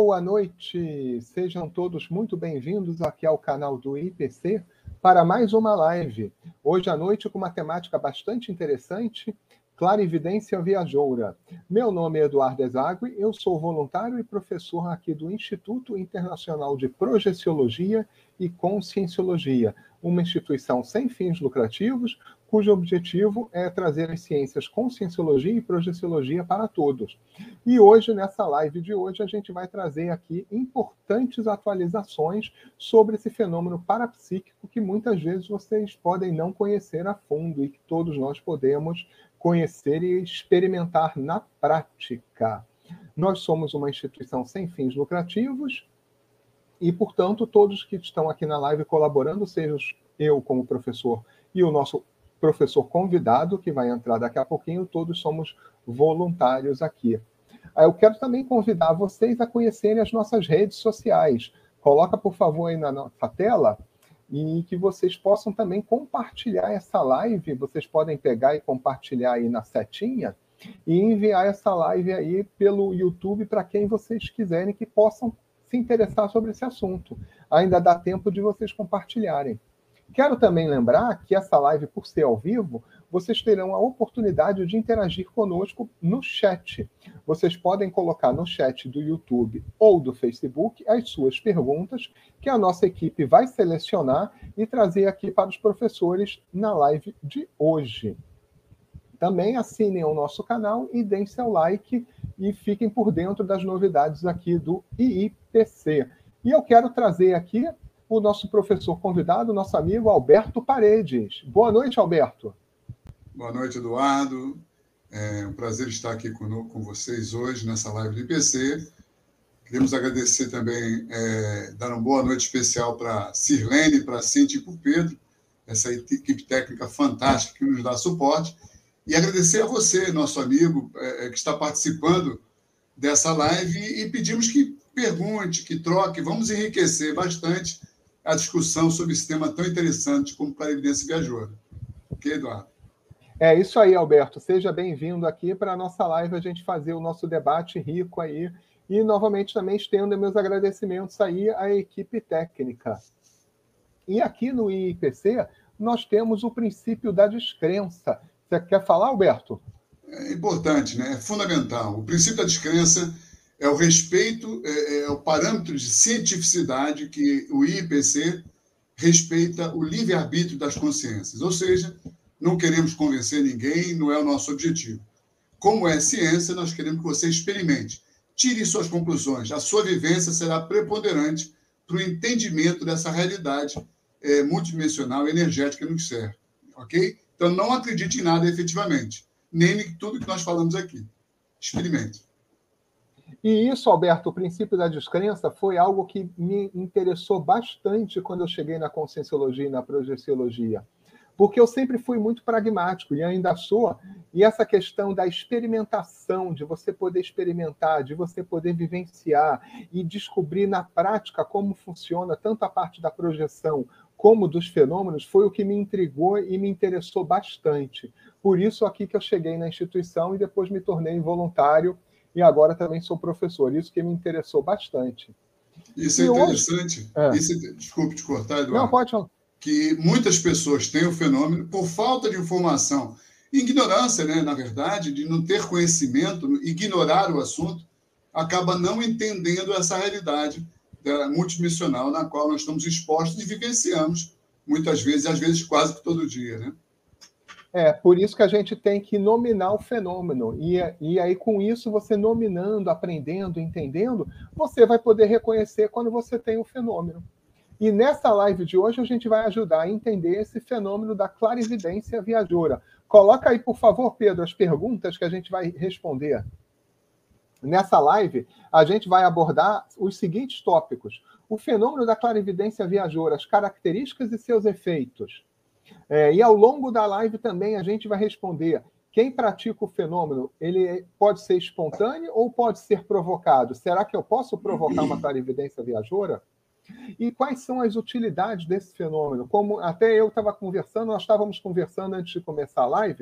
Boa noite, sejam todos muito bem-vindos aqui ao canal do IPC para mais uma live. Hoje à noite com uma temática bastante interessante, clarividência viajoura. Meu nome é Eduardo Ezagui, eu sou voluntário e professor aqui do Instituto Internacional de Projeciologia e Conscienciologia, uma instituição sem fins lucrativos, cujo objetivo é trazer as ciências conscienciologia e projeciologia para todos. E hoje, nessa live de hoje, a gente vai trazer aqui importantes atualizações sobre esse fenômeno parapsíquico que muitas vezes vocês podem não conhecer a fundo e que todos nós podemos conhecer e experimentar na prática. Nós somos uma instituição sem fins lucrativos e, portanto, todos que estão aqui na live colaborando, seja eu como professor e o nosso professor convidado, que vai entrar daqui a pouquinho, todos somos voluntários aqui. Eu quero também convidar vocês a conhecerem as nossas redes sociais. Coloca, por favor, aí na nossa tela e que vocês possam também compartilhar essa live. Vocês podem pegar e compartilhar aí na setinha e enviar essa live aí pelo YouTube para quem vocês quiserem que possam se interessar sobre esse assunto. Ainda dá tempo de vocês compartilharem. Quero também lembrar que essa live, por ser ao vivo, vocês terão a oportunidade de interagir conosco no chat. Vocês podem colocar no chat do YouTube ou do Facebook as suas perguntas, que a nossa equipe vai selecionar e trazer aqui para os professores na live de hoje. Também assinem o nosso canal e deem seu like e fiquem por dentro das novidades aqui do IIPC. E eu quero trazer aqui o nosso professor convidado, nosso amigo Alberto Paredes. Boa noite, Alberto. Boa noite, Eduardo. É um prazer estar aqui com vocês hoje nessa live do IPC. Queremos agradecer também, dar uma boa noite especial para Sirlene, para Cintia e para o Pedro, essa equipe técnica fantástica que nos dá suporte. E agradecer a você, nosso amigo, que está participando dessa live e pedimos que pergunte, que troque, vamos enriquecer bastante a discussão sobre esse tema tão interessante como clarividência viajoura. Ok, Eduardo? É isso aí, Alberto. Seja bem-vindo aqui para a nossa live, a gente fazer o nosso debate rico aí. E, novamente, também estendo meus agradecimentos aí à equipe técnica. E aqui no IIPC, nós temos o princípio da descrença. Você quer falar, Alberto? É importante, né? É fundamental. O princípio da descrença é o respeito, é o parâmetro de cientificidade que o IIPC respeita o livre-arbítrio das consciências. Ou seja, não queremos convencer ninguém, não é o nosso objetivo. Como é ciência, nós queremos que você experimente. Tire suas conclusões. A sua vivência será preponderante para o entendimento dessa realidade multidimensional e energética que nos serve. Ok? Então, não acredite em nada efetivamente, nem em tudo que nós falamos aqui. Experimente. E isso, Alberto, o princípio da descrença foi algo que me interessou bastante quando eu cheguei na conscienciologia e na projeciologia. Porque eu sempre fui muito pragmático, e ainda sou, e essa questão da experimentação, de você poder experimentar, de você poder vivenciar e descobrir na prática como funciona tanto a parte da projeção como dos fenômenos, foi o que me intrigou e me interessou bastante. Por isso aqui que eu cheguei na instituição e depois me tornei voluntário e agora também sou professor. Isso que me interessou bastante. Isso é interessante. Desculpe te cortar, Eduardo. Não, pode falar. Que muitas pessoas têm o fenômeno por falta de informação. Ignorância, né, na verdade, de não ter conhecimento, ignorar o assunto, acaba não entendendo essa realidade multidimensional na qual nós estamos expostos e vivenciamos muitas vezes, às vezes quase que todo dia, né? Por isso que a gente tem que nominar o fenômeno. E aí, com isso, você nominando, aprendendo, entendendo, você vai poder reconhecer quando você tem o fenômeno. E nessa live de hoje, a gente vai ajudar a entender esse fenômeno da clarividência viajoura. Coloca aí, por favor, Pedro, as perguntas que a gente vai responder. Nessa live, a gente vai abordar os seguintes tópicos. O fenômeno da clarividência viajoura, as características e seus efeitos. E ao longo da live também a gente vai responder: quem pratica o fenômeno, ele pode ser espontâneo ou pode ser provocado? Será que eu posso provocar uma clarividência viajoura? E quais são as utilidades desse fenômeno? Como até eu estava conversando, nós estávamos conversando antes de começar a live,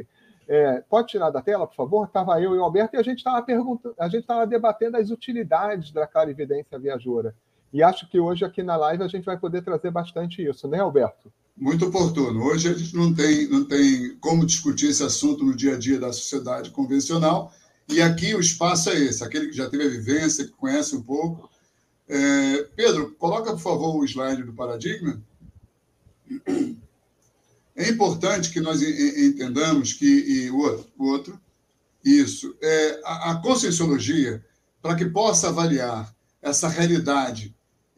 Pode tirar da tela, por favor? Estava eu e o Alberto e a gente estava debatendo as utilidades da clarividência viajoura. E acho que hoje aqui na live a gente vai poder trazer bastante isso, né, Alberto? Muito oportuno. Hoje a gente não tem como discutir esse assunto no dia a dia da sociedade convencional, e aqui o espaço é esse, aquele que já teve a vivência, que conhece um pouco. Pedro, coloca, por favor, o slide do paradigma. É importante que nós entendamos que... o outro. Isso. A conscienciologia, para que possa avaliar essa realidade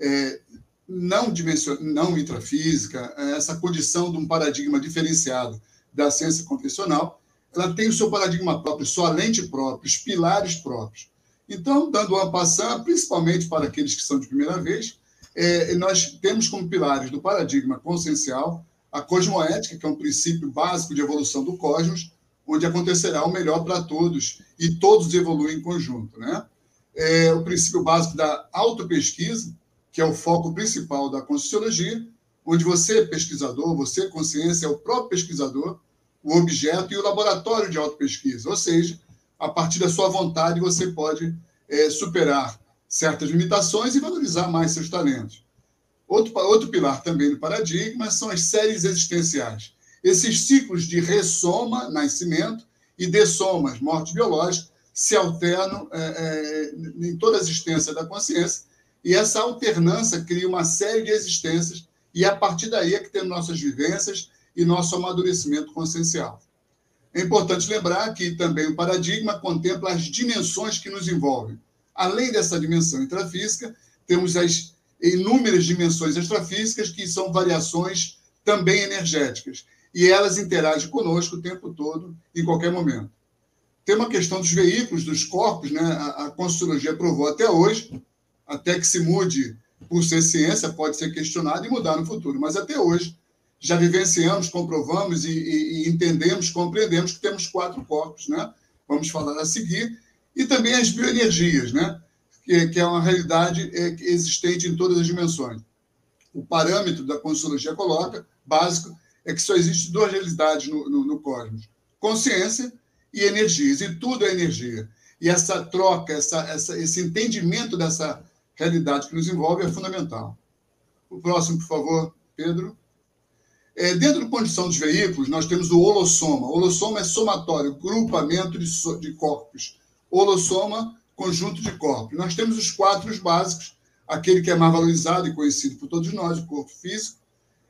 não intrafísica, essa condição de um paradigma diferenciado da ciência convencional, ela tem o seu paradigma próprio, sua lente própria, os pilares próprios. Então, dando uma passada, principalmente para aqueles que são de primeira vez, nós temos como pilares do paradigma consciencial a cosmoética, que é um princípio básico de evolução do cosmos, onde acontecerá o melhor para todos e todos evoluem em conjunto, né? O princípio básico da autopesquisa, que é o foco principal da conscienciologia, onde você, pesquisador, você, consciência, é o próprio pesquisador, o objeto e o laboratório de autopesquisa. Ou seja, a partir da sua vontade, você pode superar certas limitações e valorizar mais seus talentos. Outro pilar também do paradigma são as séries existenciais. Esses ciclos de ressoma, nascimento, e dessomas, morte biológica, se alternam em toda a existência da consciência, e essa alternância cria uma série de existências, e a partir daí é que temos nossas vivências e nosso amadurecimento consciencial. É importante lembrar que também o paradigma contempla as dimensões que nos envolvem. Além dessa dimensão intrafísica, temos as inúmeras dimensões extrafísicas, que são variações também energéticas, e elas interagem conosco o tempo todo, em qualquer momento. Tem uma questão dos veículos, dos corpos, né? A conscienciologia provou até hoje, até que se mude por ser ciência, pode ser questionado e mudar no futuro, mas até hoje já vivenciamos, comprovamos e entendemos, compreendemos que temos 4 corpos, né? Vamos falar a seguir, e também as bioenergias, né? Que é uma realidade existente em todas as dimensões. O parâmetro da conscienciologia coloca, básico, é que só existem 2 realidades no cosmos: consciência e energias, e tudo é energia. E essa troca, esse entendimento dessa realidade que nos envolve é fundamental. O próximo, por favor, Pedro. Dentro da condição dos veículos, nós temos o holossoma. O holossoma é somatório, grupamento de corpos. Holossoma, conjunto de corpos. Nós temos os 4 básicos, aquele que é mais valorizado e conhecido por todos nós, o corpo físico,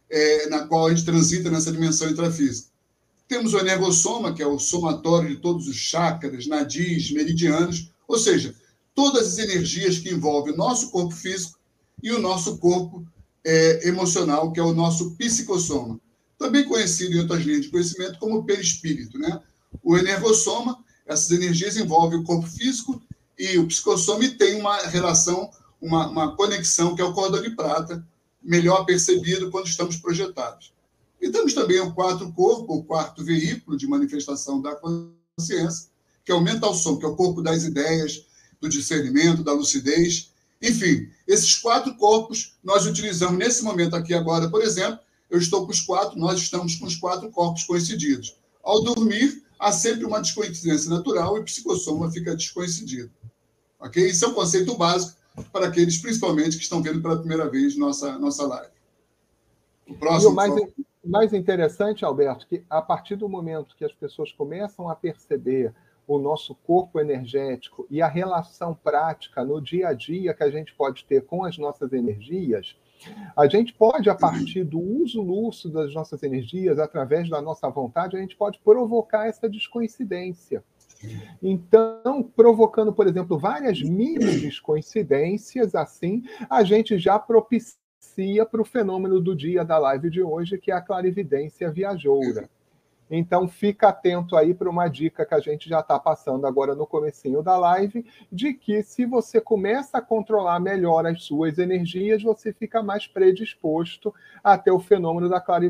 na qual a gente transita nessa dimensão intrafísica. Temos o energossoma, que é o somatório de todos os chakras, nadis, meridianos, ou seja, todas as energias que envolvem o nosso corpo físico e o nosso corpo emocional, que é o nosso psicossoma, também conhecido em outras linhas de conhecimento como perispírito, né? O energossoma, essas energias envolvem o corpo físico e o psicossoma, e tem uma relação, uma conexão, que é o cordão de prata, melhor percebido quando estamos projetados. E temos também o 4º corpo, o 4º veículo de manifestação da consciência, que é o mental som, que é o corpo das ideias, do discernimento, da lucidez. Enfim, esses 4 corpos nós utilizamos nesse momento aqui agora, por exemplo, eu estou com os 4, nós estamos com os 4 corpos coincididos. Ao dormir, há sempre uma descoincidência natural e o psicossoma fica descoincidido. Ok? Isso é um conceito básico para aqueles, principalmente, que estão vendo pela primeira vez nossa live. O próximo, o mais interessante, Alberto, que a partir do momento que as pessoas começam a perceber o nosso corpo energético e a relação prática no dia a dia que a gente pode ter com as nossas energias, a gente pode, a partir do uso lúcido das nossas energias, através da nossa vontade, a gente pode provocar essa descoincidência. Então, provocando, por exemplo, várias mini descoincidências, assim, a gente já propicia para o fenômeno do dia da live de hoje, que é a clarividência viajoura. Então, fica atento aí para uma dica que a gente já está passando agora no comecinho da live, de que se você começa a controlar melhor as suas energias, você fica mais predisposto a ter o fenômeno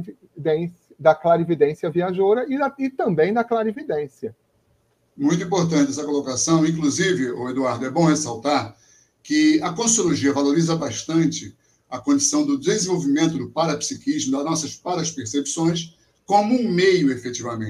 da clarividência viajoura e também da clarividência. Muito importante essa colocação. Inclusive, Eduardo, é bom ressaltar que a conscienciologia valoriza bastante a condição do desenvolvimento do parapsiquismo, das nossas paraspercepções, como um meio, efetivamente.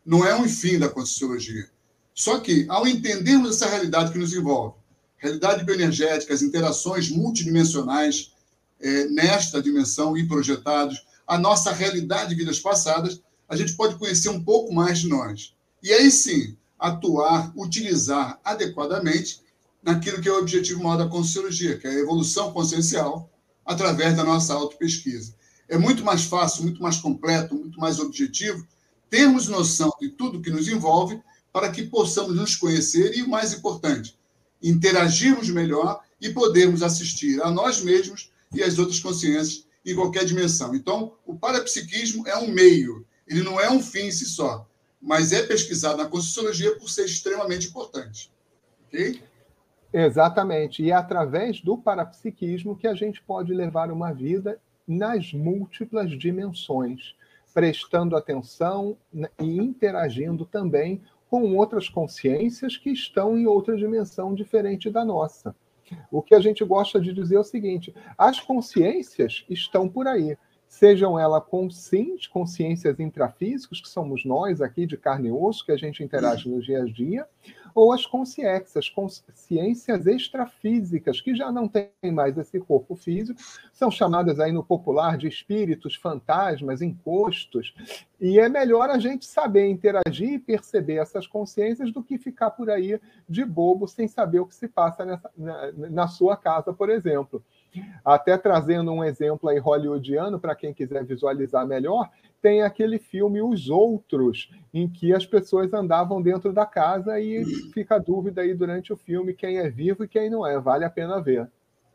não é um fim da Conscienciologia. Só que, ao entendermos essa realidade que nos envolve, realidade bioenergética, as interações multidimensionais nesta dimensão e projetados, a nossa realidade de vidas passadas, a gente pode conhecer um pouco mais de nós. E aí sim, atuar, utilizar adequadamente naquilo que é o objetivo maior da Conscienciologia, que é a evolução consciencial através da nossa autopesquisa. É muito mais fácil, muito mais completo, muito mais objetivo termos noção de tudo que nos envolve para que possamos nos conhecer e, o mais importante, interagirmos melhor e podermos assistir a nós mesmos e às outras consciências em qualquer dimensão. Então, o parapsiquismo é um meio, ele não é um fim em si só, mas é pesquisado na Conscienciologia por ser extremamente importante. Ok? Exatamente. E é através do parapsiquismo que a gente pode levar uma vida nas múltiplas dimensões, prestando atenção e interagindo também com outras consciências que estão em outra dimensão diferente da nossa. O que a gente gosta de dizer é o seguinte: as consciências estão por aí, sejam elas consciências intrafísicas, que somos nós aqui de carne e osso, que a gente interage no dia a dia, ou as consciências extrafísicas, que já não têm mais esse corpo físico, são chamadas aí no popular de espíritos, fantasmas, encostos, e é melhor a gente saber interagir e perceber essas consciências do que ficar por aí de bobo sem saber o que se passa na sua casa, por exemplo. Até trazendo um exemplo aí hollywoodiano, para quem quiser visualizar melhor, tem aquele filme Os Outros, em que as pessoas andavam dentro da casa e fica a dúvida aí durante o filme quem é vivo e quem não é. Vale a pena ver.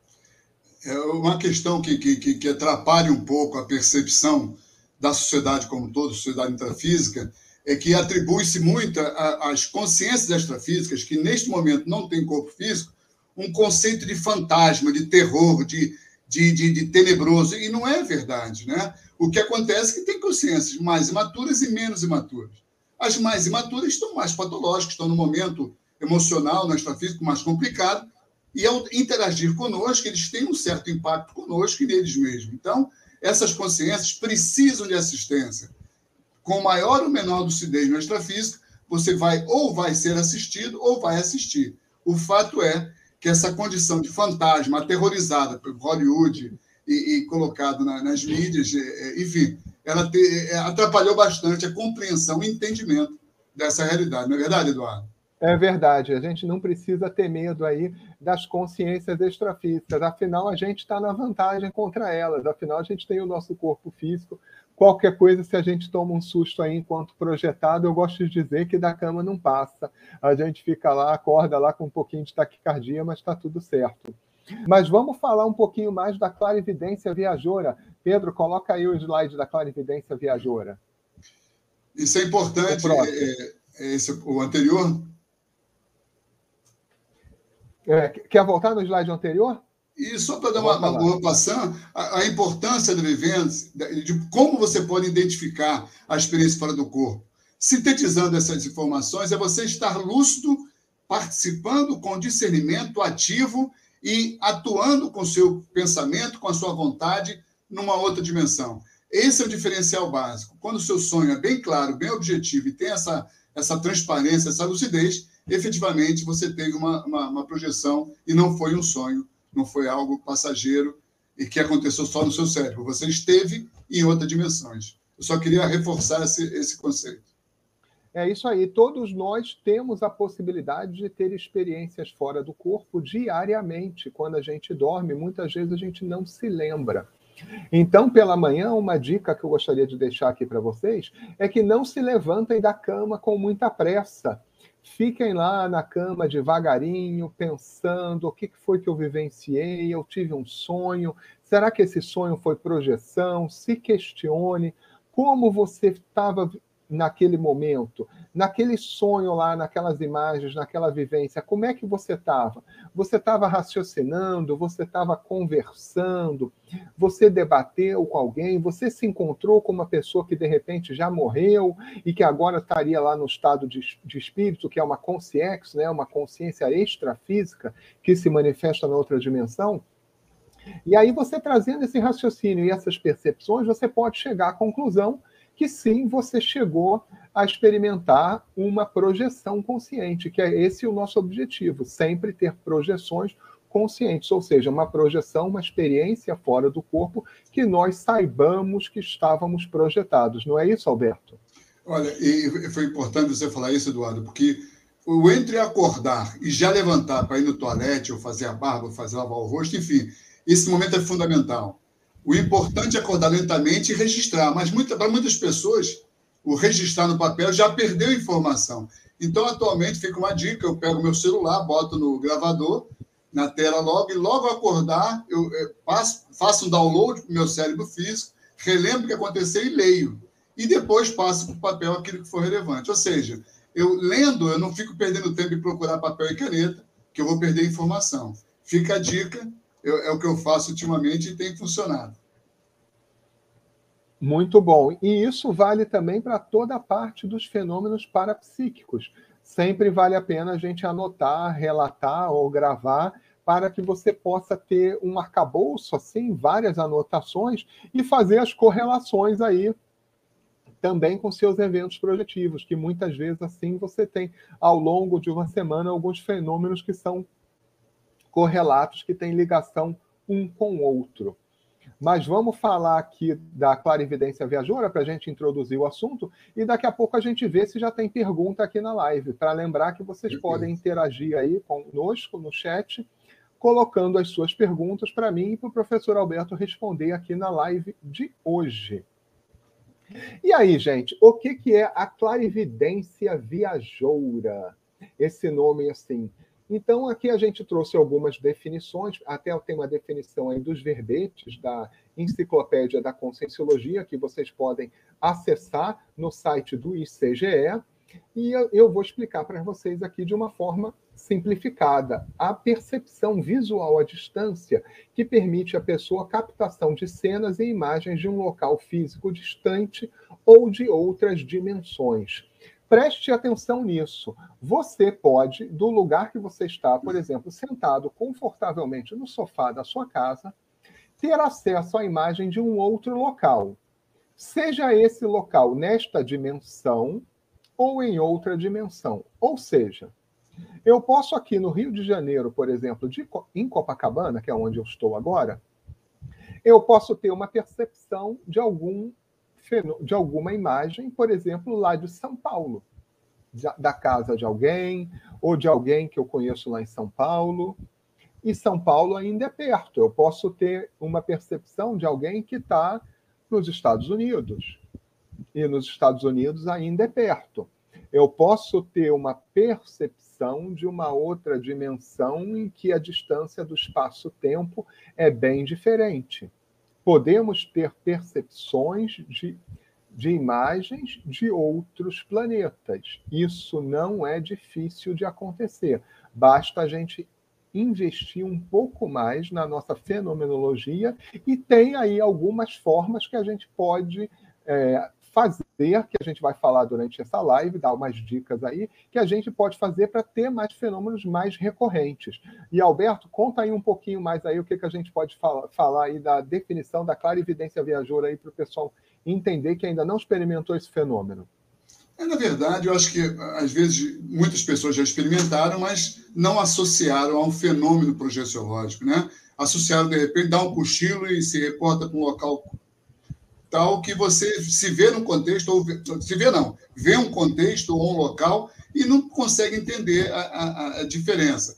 É uma questão que atrapalha um pouco a percepção da sociedade como um todo, sociedade intrafísica, é que atribui-se muito às consciências extrafísicas, que neste momento não têm corpo físico, um conceito de fantasma, de terror, de tenebroso. E não é verdade, né? O que acontece é que tem consciências mais imaturas e menos imaturas. As mais imaturas estão mais patológicas, estão no momento emocional, no extrafísico mais complicado, e ao interagir conosco, eles têm um certo impacto conosco e neles mesmos. Então, essas consciências precisam de assistência. Com maior ou menor lucidez no extrafísico, você vai ser assistido ou vai assistir. O fato é que essa condição de fantasma aterrorizada por Hollywood e colocado nas mídias, enfim, ela atrapalhou bastante a compreensão e entendimento dessa realidade. Não é verdade, Eduardo? É verdade. A gente não precisa ter medo aí das consciências extrafísicas. Afinal, a gente está na vantagem contra elas. Afinal, a gente tem o nosso corpo físico. Qualquer coisa, se a gente toma um susto aí enquanto projetado, eu gosto de dizer que da cama não passa. A gente fica lá, acorda lá com um pouquinho de taquicardia, mas está tudo certo. Mas vamos falar um pouquinho mais da clarividência viajoura. Pedro, coloca aí o slide da clarividência viajoura. Isso é importante. O anterior? Quer voltar no slide anterior? E só para dar uma boa passão, a importância da vivência, de como você pode identificar a experiência fora do corpo. Sintetizando essas informações, é você estar lúcido, participando com discernimento ativo e atuando com o seu pensamento, com a sua vontade, numa outra dimensão. Esse é o diferencial básico. Quando o seu sonho é bem claro, bem objetivo e tem essa transparência, essa lucidez, efetivamente você teve uma projeção e não foi um sonho, não foi algo passageiro e que aconteceu só no seu cérebro. Você esteve em outras dimensões. Eu só queria reforçar esse conceito. É isso aí. Todos nós temos a possibilidade de ter experiências fora do corpo diariamente. Quando a gente dorme, muitas vezes a gente não se lembra. Então, pela manhã, uma dica que eu gostaria de deixar aqui para vocês é que não se levantem da cama com muita pressa. Fiquem lá na cama devagarinho, pensando o que foi que eu vivenciei, eu tive um sonho, será que esse sonho foi projeção? Se questione como você estava naquele momento, naquele sonho lá, naquelas imagens, naquela vivência, como é que você estava? Você estava raciocinando, você estava conversando, você debateu com alguém, você se encontrou com uma pessoa que de repente já morreu e que agora estaria lá no estado de espírito, que é uma consciência, né? Uma consciência extrafísica que se manifesta na outra dimensão. E aí você trazendo esse raciocínio e essas percepções, você pode chegar à conclusão que que sim, você chegou a experimentar uma projeção consciente, que é esse o nosso objetivo, sempre ter projeções conscientes, ou seja, uma projeção, uma experiência fora do corpo que nós saibamos que estávamos projetados. Não é isso, Alberto? Olha, e foi importante você falar isso, Eduardo, porque o entre acordar e já levantar para ir no toalete, ou fazer a barba, ou fazer lavar o rosto, enfim, esse momento é fundamental. O importante é acordar lentamente e registrar, mas para muitas pessoas, o registrar no papel já perdeu informação. Então, atualmente, fica uma dica, eu pego meu celular, boto no gravador, na tela logo, e logo acordar, eu faço um download para o meu cérebro físico, relembro o que aconteceu e leio. E depois passo para o papel aquilo que for relevante. Ou seja, eu lendo, eu não fico perdendo tempo em procurar papel e caneta, que eu vou perder informação. Fica a dica, é o que eu faço ultimamente e tem funcionado. Muito bom. E isso vale também para toda a parte dos fenômenos parapsíquicos. Sempre vale a pena a gente anotar, relatar ou gravar para que você possa ter um arcabouço, assim, várias anotações e fazer as correlações aí também com seus eventos projetivos, que muitas vezes assim você tem ao longo de uma semana alguns fenômenos que são correlatos, que têm ligação um com o outro. Mas vamos falar aqui da clarividência viajoura para a gente introduzir o assunto e daqui a pouco a gente vê se já tem pergunta aqui na live, para lembrar que vocês podem interagir aí conosco no chat, colocando as suas perguntas para mim e para o professor Alberto responder aqui na live de hoje. E aí, gente, o que é a clarividência viajoura? Esse nome assim. Então, aqui a gente trouxe algumas definições, até tem uma definição aí dos verbetes da Enciclopédia da Conscienciologia, que vocês podem acessar no site do ICGE, e eu vou explicar para vocês aqui de uma forma simplificada. A percepção visual à distância, que permite à pessoa a captação de cenas e imagens de um local físico distante ou de outras dimensões. Preste atenção nisso. Você pode, do lugar que você está, por exemplo, sentado confortavelmente no sofá da sua casa, ter acesso à imagem de um outro local. Seja esse local nesta dimensão ou em outra dimensão. Ou seja, eu posso aqui no Rio de Janeiro, por exemplo, em Copacabana, que é onde eu estou agora, eu posso ter uma percepção de alguma imagem, por exemplo, lá de São Paulo, da casa de alguém, ou de alguém que eu conheço lá em São Paulo. E São Paulo ainda é perto. Eu posso ter uma percepção de alguém que está nos Estados Unidos. E nos Estados Unidos ainda é perto. Eu posso ter uma percepção de uma outra dimensão em que a distância do espaço-tempo é bem diferente. Podemos ter percepções de imagens de outros planetas. Isso não é difícil de acontecer. Basta a gente investir um pouco mais na nossa fenomenologia e tem aí algumas formas que a gente pode fazer, que a gente vai falar durante essa live, dar umas dicas aí, que a gente pode fazer para ter mais fenômenos mais recorrentes. E, Alberto, conta aí um pouquinho mais aí o que a gente pode falar aí da definição da clarividência viajoura aí para o pessoal entender que ainda não experimentou esse fenômeno. Na verdade, eu acho que, às vezes, muitas pessoas já experimentaram, mas não associaram a um fenômeno projeciológico, né? Associaram, de repente, dá um cochilo e se reporta para um local tal que você se vê num contexto, ou se vê não, vê um contexto ou um local e não consegue entender a diferença.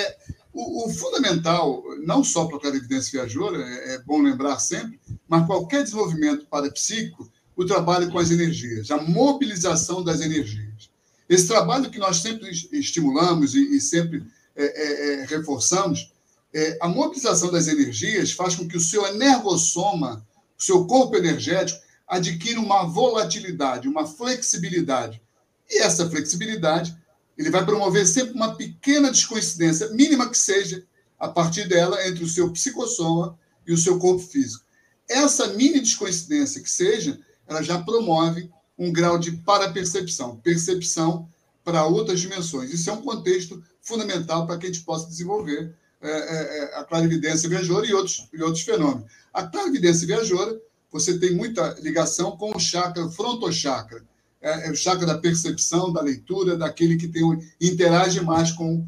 O fundamental, não só para a clarividência viajoura, é bom lembrar sempre, mas qualquer desenvolvimento parapsíquico, o trabalho com as energias, a mobilização das energias. Esse trabalho que nós sempre estimulamos e sempre reforçamos, a mobilização das energias faz com que o seu energossoma, o seu corpo energético, adquira uma volatilidade, uma flexibilidade. E essa flexibilidade, ele vai promover sempre uma pequena descoincidência, mínima que seja, a partir dela, entre o seu psicossoma e o seu corpo físico. Essa mini descoincidência que seja, ela já promove um grau de parapercepção, percepção para outras dimensões. Isso é um contexto fundamental para que a gente possa desenvolver a clarividência viajoura e outros fenômenos. A clarividência viajoura você tem muita ligação com o chakra, o frontochakra. É o chakra da percepção, da leitura, daquele que interage mais com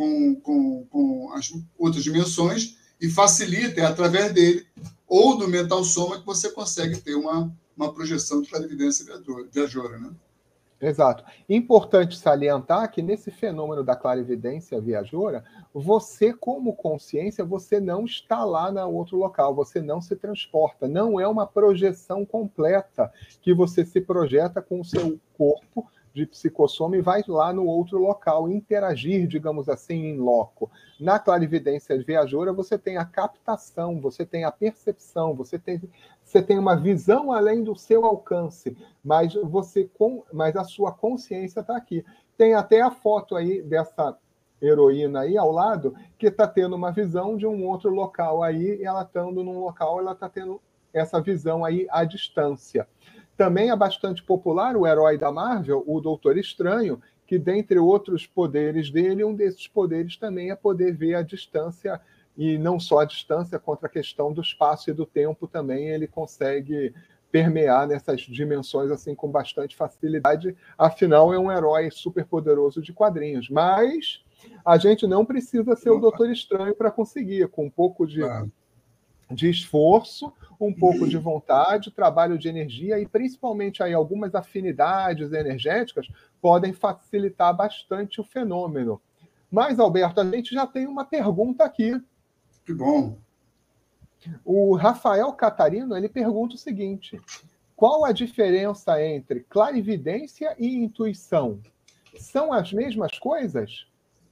as outras dimensões e facilita, é através dele, ou do mental soma, que você consegue ter uma projeção de clarividência viajoura, né? Exato. Importante salientar que nesse fenômeno da clarividência viajoura, você, como consciência, você não está lá no outro local, você não se transporta. Não é uma projeção completa que você se projeta com o seu corpo de psicossoma e vai lá no outro local interagir, digamos assim, em loco. Na clarividência viajoura, você tem a captação, você tem a percepção, você tem uma visão além do seu alcance, mas a sua consciência está aqui. Tem até a foto aí dessa heroína aí ao lado, que está tendo uma visão de um outro local aí, e ela estando num local, ela está tendo essa visão aí à distância. Também é bastante popular o herói da Marvel, o Doutor Estranho, que, dentre outros poderes dele, um desses poderes também é poder ver a distância, e não só a distância, contra a questão do espaço e do tempo também, ele consegue permear nessas dimensões assim com bastante facilidade. Afinal, é um herói super poderoso de quadrinhos. Mas a gente não precisa ser o Doutor Estranho para conseguir, com um pouco de esforço, um pouco de vontade, trabalho de energia e principalmente aí algumas afinidades energéticas podem facilitar bastante o fenômeno. Mas, Alberto, a gente já tem uma pergunta aqui. Que bom. O Rafael Catarino, ele pergunta o seguinte: qual a diferença entre clarividência e intuição? São as mesmas coisas?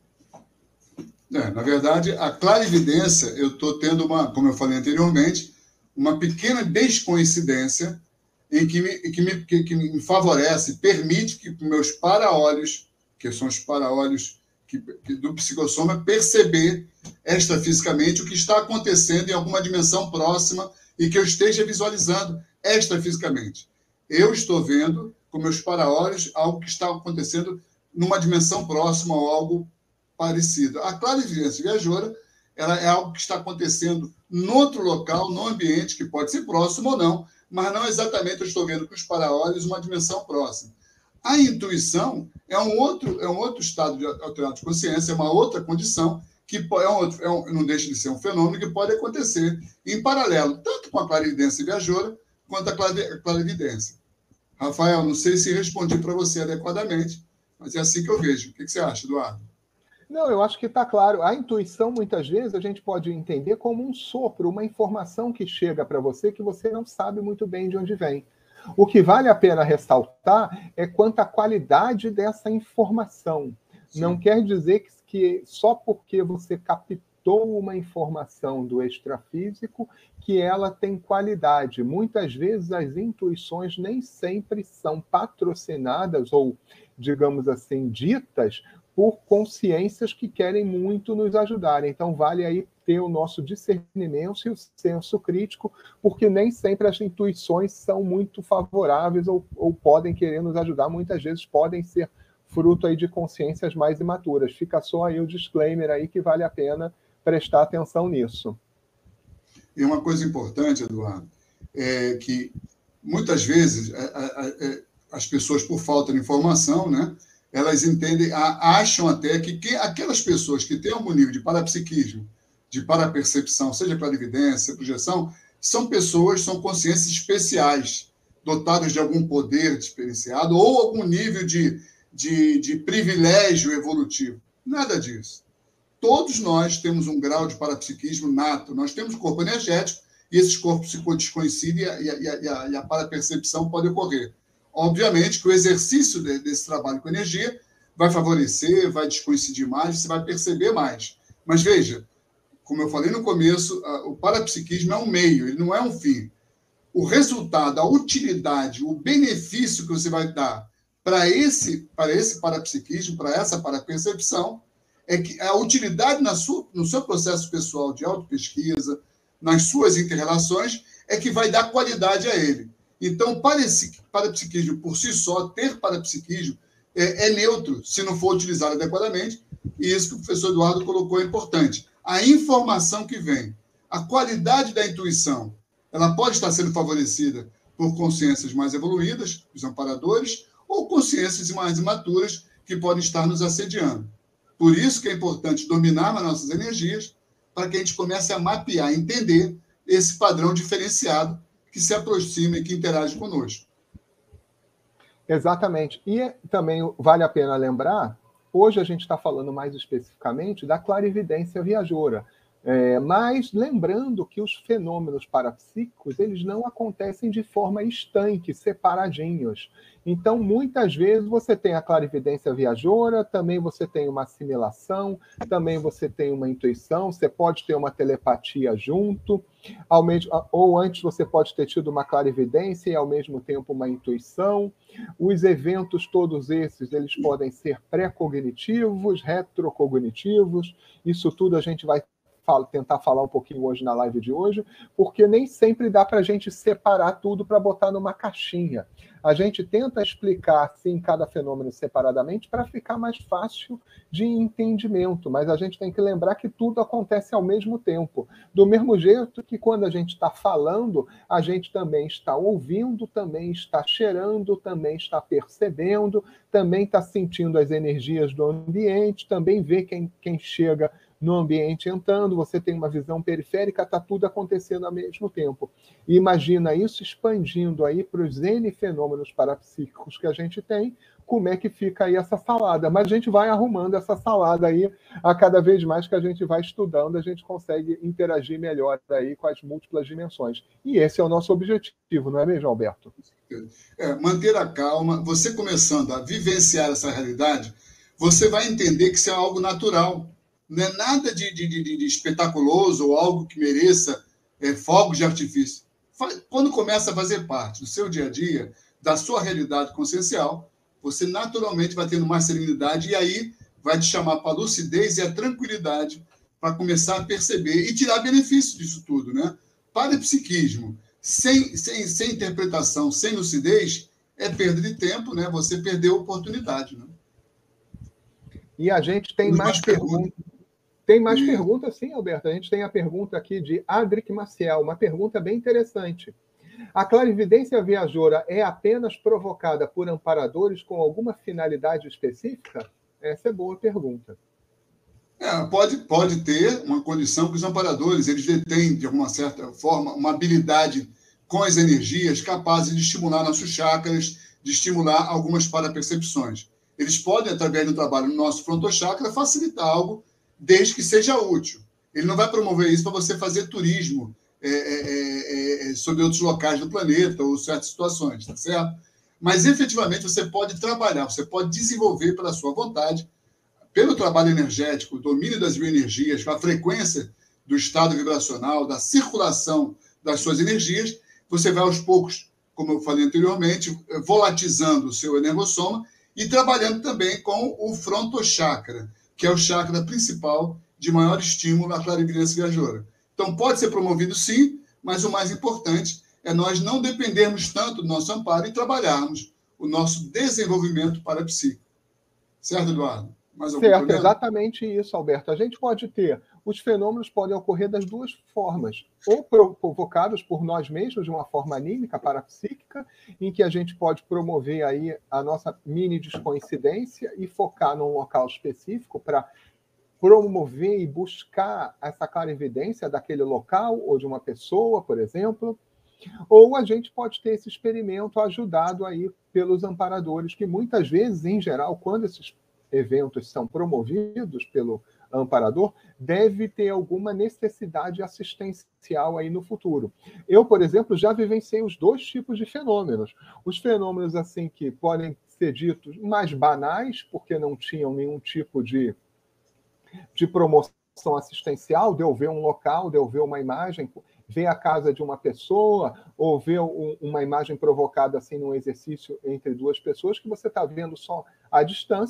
Na verdade, a clarividência, eu estou tendo como eu falei anteriormente, uma pequena descoincidência em que me favorece, permite que meus para-olhos, que são os para-olhos do psicossoma, perceber extrafisicamente o que está acontecendo em alguma dimensão próxima e que eu esteja visualizando extrafisicamente. Eu estou vendo com meus para-olhos algo que está acontecendo numa dimensão próxima ou algo parecido. A clarividência viajoura, ela é algo que está acontecendo no outro local, no ambiente, que pode ser próximo ou não, mas não exatamente eu estou vendo com os para-olhos uma dimensão próxima. A intuição é um outro estado alterado de consciência, é uma outra condição, que não deixa de ser um fenômeno que pode acontecer em paralelo, tanto com a clarividência viajoura quanto a clarividência. Rafael, não sei se respondi para você adequadamente, mas é assim que eu vejo. O que você acha, Eduardo? Não, eu acho que está claro. A intuição, muitas vezes, a gente pode entender como um sopro, uma informação que chega para você que você não sabe muito bem de onde vem. O que vale a pena ressaltar é quanto à qualidade dessa informação. Sim. Não quer dizer que só porque você captou uma informação do extrafísico que ela tem qualidade. Muitas vezes as intuições nem sempre são patrocinadas ou, digamos assim, ditas por consciências que querem muito nos ajudar. Então, vale aí ter o nosso discernimento e o senso crítico, porque nem sempre as intuições são muito favoráveis ou podem querer nos ajudar. Muitas vezes podem ser fruto aí de consciências mais imaturas. Fica só aí o disclaimer aí que vale a pena prestar atenção nisso. E uma coisa importante, Eduardo, é que muitas vezes as pessoas, por falta de informação, né, elas acham até que aquelas pessoas que têm algum nível de parapsiquismo, de parapercepção, seja clarividência, projeção, são consciências especiais, dotadas de algum poder diferenciado ou algum nível de privilégio evolutivo. Nada disso. Todos nós temos um grau de parapsiquismo nato. Nós temos corpo energético e esses corpos se descoincidem e a parapercepção pode ocorrer. Obviamente que o exercício desse trabalho com energia vai favorecer, vai descoincidir mais, você vai perceber mais. Mas veja, como eu falei no começo, o parapsiquismo é um meio, ele não é um fim. O resultado, a utilidade, o benefício que você vai dar para esse parapsiquismo, para essa parapercepção, é que a utilidade no seu processo pessoal de autopesquisa, nas suas inter-relações, é que vai dar qualidade a ele. Então, parapsiquismo por si só, ter parapsiquismo é neutro, se não for utilizado adequadamente, e isso que o professor Eduardo colocou é importante. A informação que vem, a qualidade da intuição, ela pode estar sendo favorecida por consciências mais evoluídas, os amparadores, ou consciências mais imaturas que podem estar nos assediando. Por isso que é importante dominar as nossas energias, para que a gente comece a mapear, entender esse padrão diferenciado que se aproxima e que interage conosco. Exatamente. E também vale a pena lembrar, hoje a gente está falando mais especificamente da clarividência viajoura. Mas lembrando que os fenômenos parapsíquicos, eles não acontecem de forma estanque, separadinhos. Então, muitas vezes você tem a clarividência viajoura, também você tem uma assimilação, também você tem uma intuição, você pode ter uma telepatia junto, ou antes você pode ter tido uma clarividência e ao mesmo tempo uma intuição. Os eventos todos esses, eles podem ser pré-cognitivos, retrocognitivos, isso tudo a gente vai tentar falar um pouquinho hoje na live de hoje, porque nem sempre dá para a gente separar tudo para botar numa caixinha. A gente tenta explicar, assim, cada fenômeno separadamente para ficar mais fácil de entendimento, mas a gente tem que lembrar que tudo acontece ao mesmo tempo. Do mesmo jeito que quando a gente está falando, a gente também está ouvindo, também está cheirando, também está percebendo, também está sentindo as energias do ambiente, também vê quem chega no ambiente entrando, você tem uma visão periférica, está tudo acontecendo ao mesmo tempo. E imagina isso expandindo aí para os N fenômenos parapsíquicos que a gente tem, como é que fica aí essa salada. Mas a gente vai arrumando essa salada aí, a cada vez mais que a gente vai estudando, a gente consegue interagir melhor aí com as múltiplas dimensões. E esse é o nosso objetivo, não é mesmo, Alberto? Manter a calma, você começando a vivenciar essa realidade, você vai entender que isso é algo natural. Não é nada de espetaculoso ou algo que mereça fogos de artifício. Quando começa a fazer parte do seu dia a dia, da sua realidade consciencial, você naturalmente vai tendo mais serenidade e aí vai te chamar para a lucidez e a tranquilidade para começar a perceber e tirar benefício disso tudo, né? Parapsiquismo, sem interpretação, sem lucidez, é perda de tempo, né? Você perdeu a oportunidade, né? E a gente tem mais perguntas. Tem mais perguntas, sim, Alberto. A gente tem a pergunta aqui de Adric Maciel, uma pergunta bem interessante. A clarividência viajoura é apenas provocada por amparadores com alguma finalidade específica? Essa é boa pergunta. Pode ter uma condição que os amparadores eles detêm, de alguma certa forma, uma habilidade com as energias capazes de estimular nossos chakras, de estimular algumas parapercepções. Eles podem, através do trabalho no nosso frontochakra, facilitar algo desde que seja útil. Ele não vai promover isso para você fazer turismo sobre outros locais do planeta ou certas situações, tá certo? Mas, efetivamente, você pode trabalhar, você pode desenvolver pela sua vontade, pelo trabalho energético, o domínio das bioenergias, a frequência do estado vibracional, da circulação das suas energias, você vai aos poucos, como eu falei anteriormente, volatizando o seu energossoma e trabalhando também com o frontochakra, que é o chakra principal de maior estímulo à clarividência viajoura. Então, pode ser promovido sim, mas o mais importante é nós não dependermos tanto do nosso amparo e trabalharmos o nosso desenvolvimento parapsíquico. Certo, Eduardo? Mais algum certo, problema? exatamente isso, Alberto. A gente pode ter, os fenômenos podem ocorrer das duas formas, ou provocados por nós mesmos de uma forma anímica, parapsíquica, em que a gente pode promover aí a nossa mini descoincidência e focar num local específico para promover e buscar essa clarividência daquele local ou de uma pessoa, por exemplo. Ou a gente pode ter esse experimento ajudado aí pelos amparadores, que muitas vezes, em geral, quando esses eventos são promovidos pelo amparador, deve ter alguma necessidade assistencial aí no futuro. Eu, por exemplo, já vivenciei os dois tipos de fenômenos. Os fenômenos assim que podem ser ditos mais banais, porque não tinham nenhum tipo de promoção assistencial, de eu ver um local, de eu ver uma imagem, ver a casa de uma pessoa, ou ver uma imagem provocada assim num exercício entre duas pessoas, que você está vendo só à distância,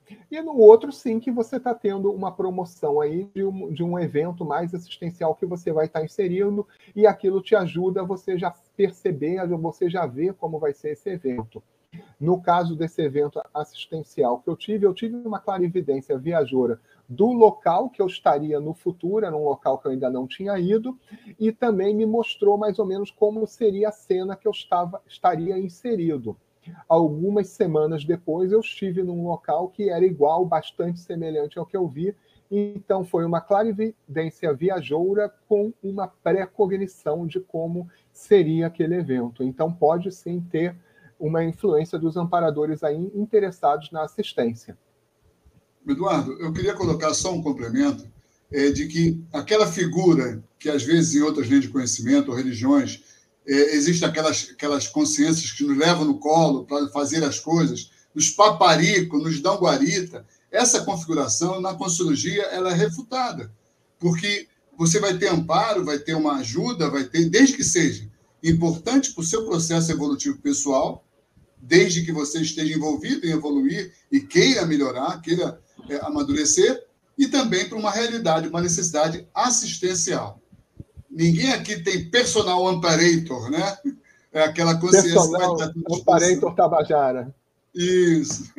E no outro, sim, que você está tendo uma promoção aí de um evento mais assistencial que você vai estar inserindo, e aquilo te ajuda a você já perceber, você já ver como vai ser esse evento. No caso desse evento assistencial que eu tive uma clarividência viajoura do local que eu estaria no futuro, era um local que eu ainda não tinha ido, e também me mostrou mais ou menos como seria a cena que eu estaria inserido. Algumas semanas depois, eu estive num local que era igual, bastante semelhante ao que eu vi, então foi uma clarividência viajoura com uma pré-cognição de como seria aquele evento. Então pode sim ter uma influência dos amparadores aí interessados na assistência. Eduardo, eu queria colocar só um complemento de que aquela figura que, às vezes, em outras linhas de conhecimento ou religiões, existem aquelas consciências que nos levam no colo para fazer as coisas, nos paparico, nos dão guarita. Essa configuração, na Conscienciologia, ela é refutada, porque você vai ter amparo, vai ter uma ajuda, vai ter, desde que seja importante para o seu processo evolutivo pessoal, desde que você esteja envolvido em evoluir e queira melhorar, queira amadurecer, e também para uma realidade, uma necessidade assistencial. Ninguém aqui tem personal amparator, né? É aquela consciência personal que vai estar amparator Tabajara. Isso.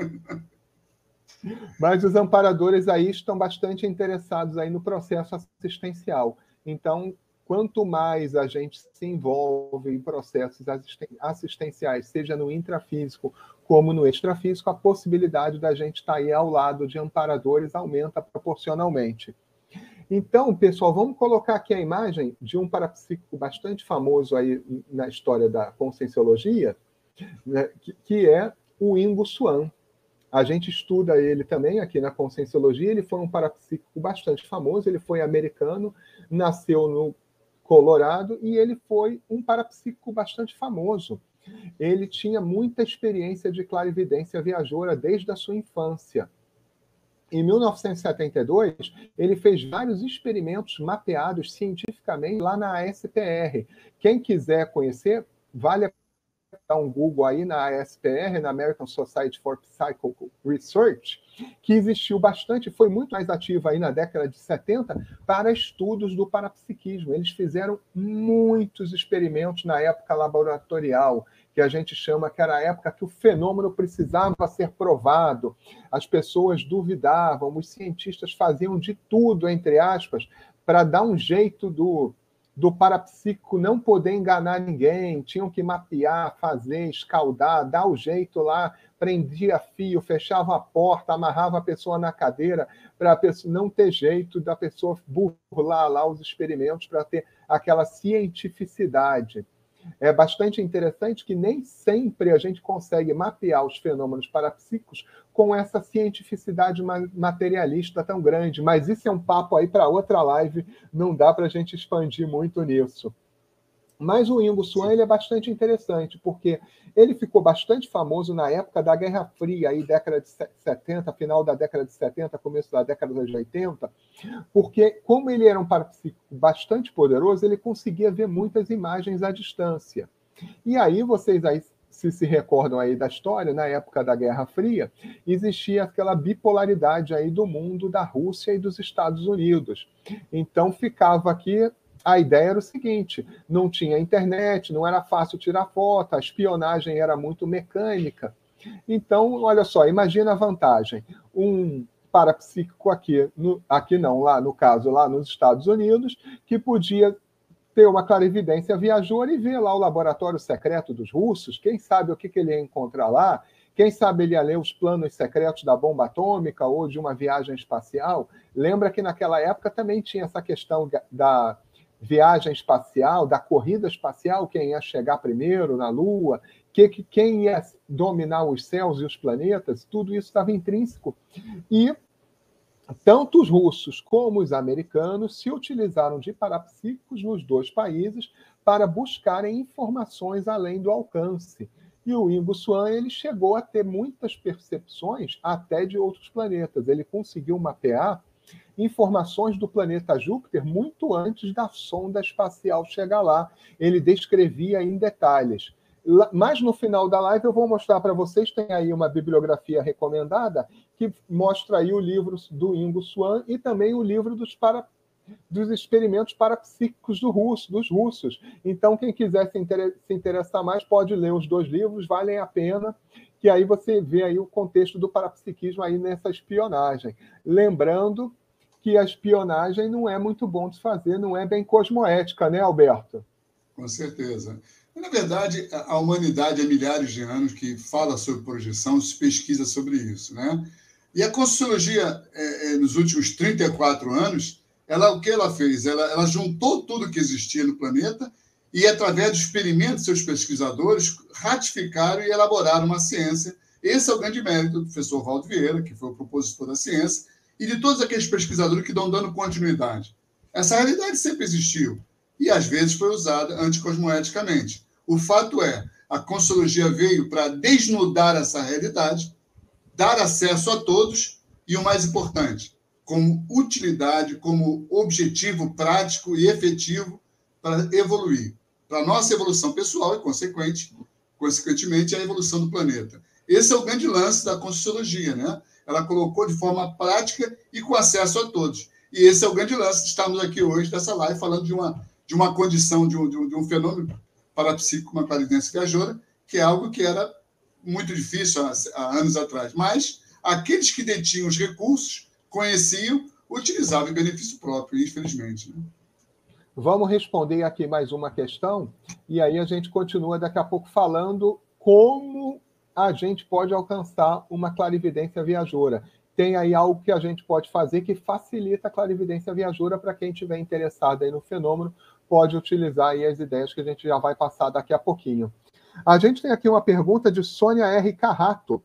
Mas os amparadores aí estão bastante interessados aí no processo assistencial. Então, quanto mais a gente se envolve em processos assistenciais, seja no intrafísico como no extrafísico, a possibilidade da gente estar aí ao lado de amparadores aumenta proporcionalmente. Então, pessoal, vamos colocar aqui a imagem de um parapsíquico bastante famoso aí na história da Conscienciologia, né, que é o Ingo Swann. A gente estuda ele também aqui na Conscienciologia. Ele foi um parapsíquico bastante famoso, ele foi americano, nasceu no Colorado, e ele foi um parapsíquico bastante famoso. Ele tinha muita experiência de clarividência viajoura desde a sua infância. Em 1972, ele fez vários experimentos mapeados cientificamente lá na ASPR. Quem quiser conhecer, vale a dar um Google aí na ASPR, na American Society for Psychical Research, que existiu bastante, foi muito mais ativa aí na década de 70 para estudos do parapsiquismo. Eles fizeram muitos experimentos na época laboratorial, que a gente chama que era a época que o fenômeno precisava ser provado. As pessoas duvidavam, os cientistas faziam de tudo, entre aspas, para dar um jeito do parapsíquico não poder enganar ninguém, tinham que mapear, fazer, escaldar, dar o jeito lá, prendia fio, fechava a porta, amarrava a pessoa na cadeira, para a pessoa não ter jeito da pessoa burlar lá os experimentos para ter aquela cientificidade. É bastante interessante que nem sempre a gente consegue mapear os fenômenos parapsíquicos com essa cientificidade materialista tão grande, mas isso é um papo aí para outra live, não dá para a gente expandir muito nisso. Mas o Ingo Swann, ele é bastante interessante, porque ele ficou bastante famoso na época da Guerra Fria, aí década de 70, final da década de 70, começo da década de 80, porque como ele era um parapsíquico bastante poderoso, ele conseguia ver muitas imagens à distância. E aí vocês aí se recordam aí da história, na época da Guerra Fria, existia aquela bipolaridade aí do mundo da Rússia e dos Estados Unidos. Então ficava aqui, a ideia era o seguinte, não tinha internet, não era fácil tirar foto, a espionagem era muito mecânica. Então, olha só, imagina a vantagem. Um parapsíquico lá no caso, lá nos Estados Unidos, que podia ter uma clarividência viajoura e ver lá o laboratório secreto dos russos, quem sabe o que ele ia encontrar lá, quem sabe ele ia ler os planos secretos da bomba atômica ou de uma viagem espacial. Lembra que naquela época também tinha essa questão da viagem espacial, da corrida espacial, quem ia chegar primeiro na Lua, quem ia dominar os céus e os planetas, tudo isso estava intrínseco. E tanto os russos como os americanos se utilizaram de parapsíquicos nos dois países para buscarem informações além do alcance. E o Ingo Swann, ele chegou a ter muitas percepções até de outros planetas. Ele conseguiu mapear informações do planeta Júpiter muito antes da sonda espacial chegar lá. Ele descrevia em detalhes. Mas no final da live eu vou mostrar para vocês, tem aí uma bibliografia recomendada que mostra aí o livro do Ingo Swann e também o livro dos experimentos parapsíquicos dos russos. Então, quem quiser se interessar mais, pode ler os 2 livros, valem a pena, que aí você vê aí o contexto do parapsiquismo aí nessa espionagem. Lembrando que a espionagem não é muito bom de fazer, não é bem cosmoética, né, Alberto? Com certeza. Na verdade, a humanidade há milhares de anos que fala sobre projeção, se pesquisa sobre isso, né? E a Conscienciologia, nos últimos 34 anos, o que ela fez? Ela juntou tudo que existia no planeta e, através do experimento, seus pesquisadores ratificaram e elaboraram uma ciência. Esse é o grande mérito do professor Valdo Vieira, que foi o propositor da ciência, e de todos aqueles pesquisadores que estão dando continuidade. Essa realidade sempre existiu e, às vezes, foi usada anticosmoeticamente. O fato é, a Conscienciologia veio para desnudar essa realidade, dar acesso a todos e, o mais importante, como utilidade, como objetivo prático e efetivo para evoluir, para a nossa evolução pessoal e, consequentemente, a evolução do planeta. Esse é o grande lance da Conscienciologia, né? Ela colocou de forma prática e com acesso a todos. E esse é o grande lance de estarmos aqui hoje, dessa live, falando de uma condição, de um fenômeno parapsíquico, uma clarividência viajoura, que é algo que era muito difícil há anos atrás. Mas aqueles que detinham os recursos, conheciam, utilizavam em benefício próprio, infelizmente. Né? Vamos responder aqui mais uma questão, e aí a gente continua daqui a pouco falando como a gente pode alcançar uma clarividência viajoura. Tem aí algo que a gente pode fazer que facilita a clarividência viajoura para quem estiver interessado aí no fenômeno, pode utilizar aí as ideias que a gente já vai passar daqui a pouquinho. A gente tem aqui uma pergunta de Sônia R. Carrato.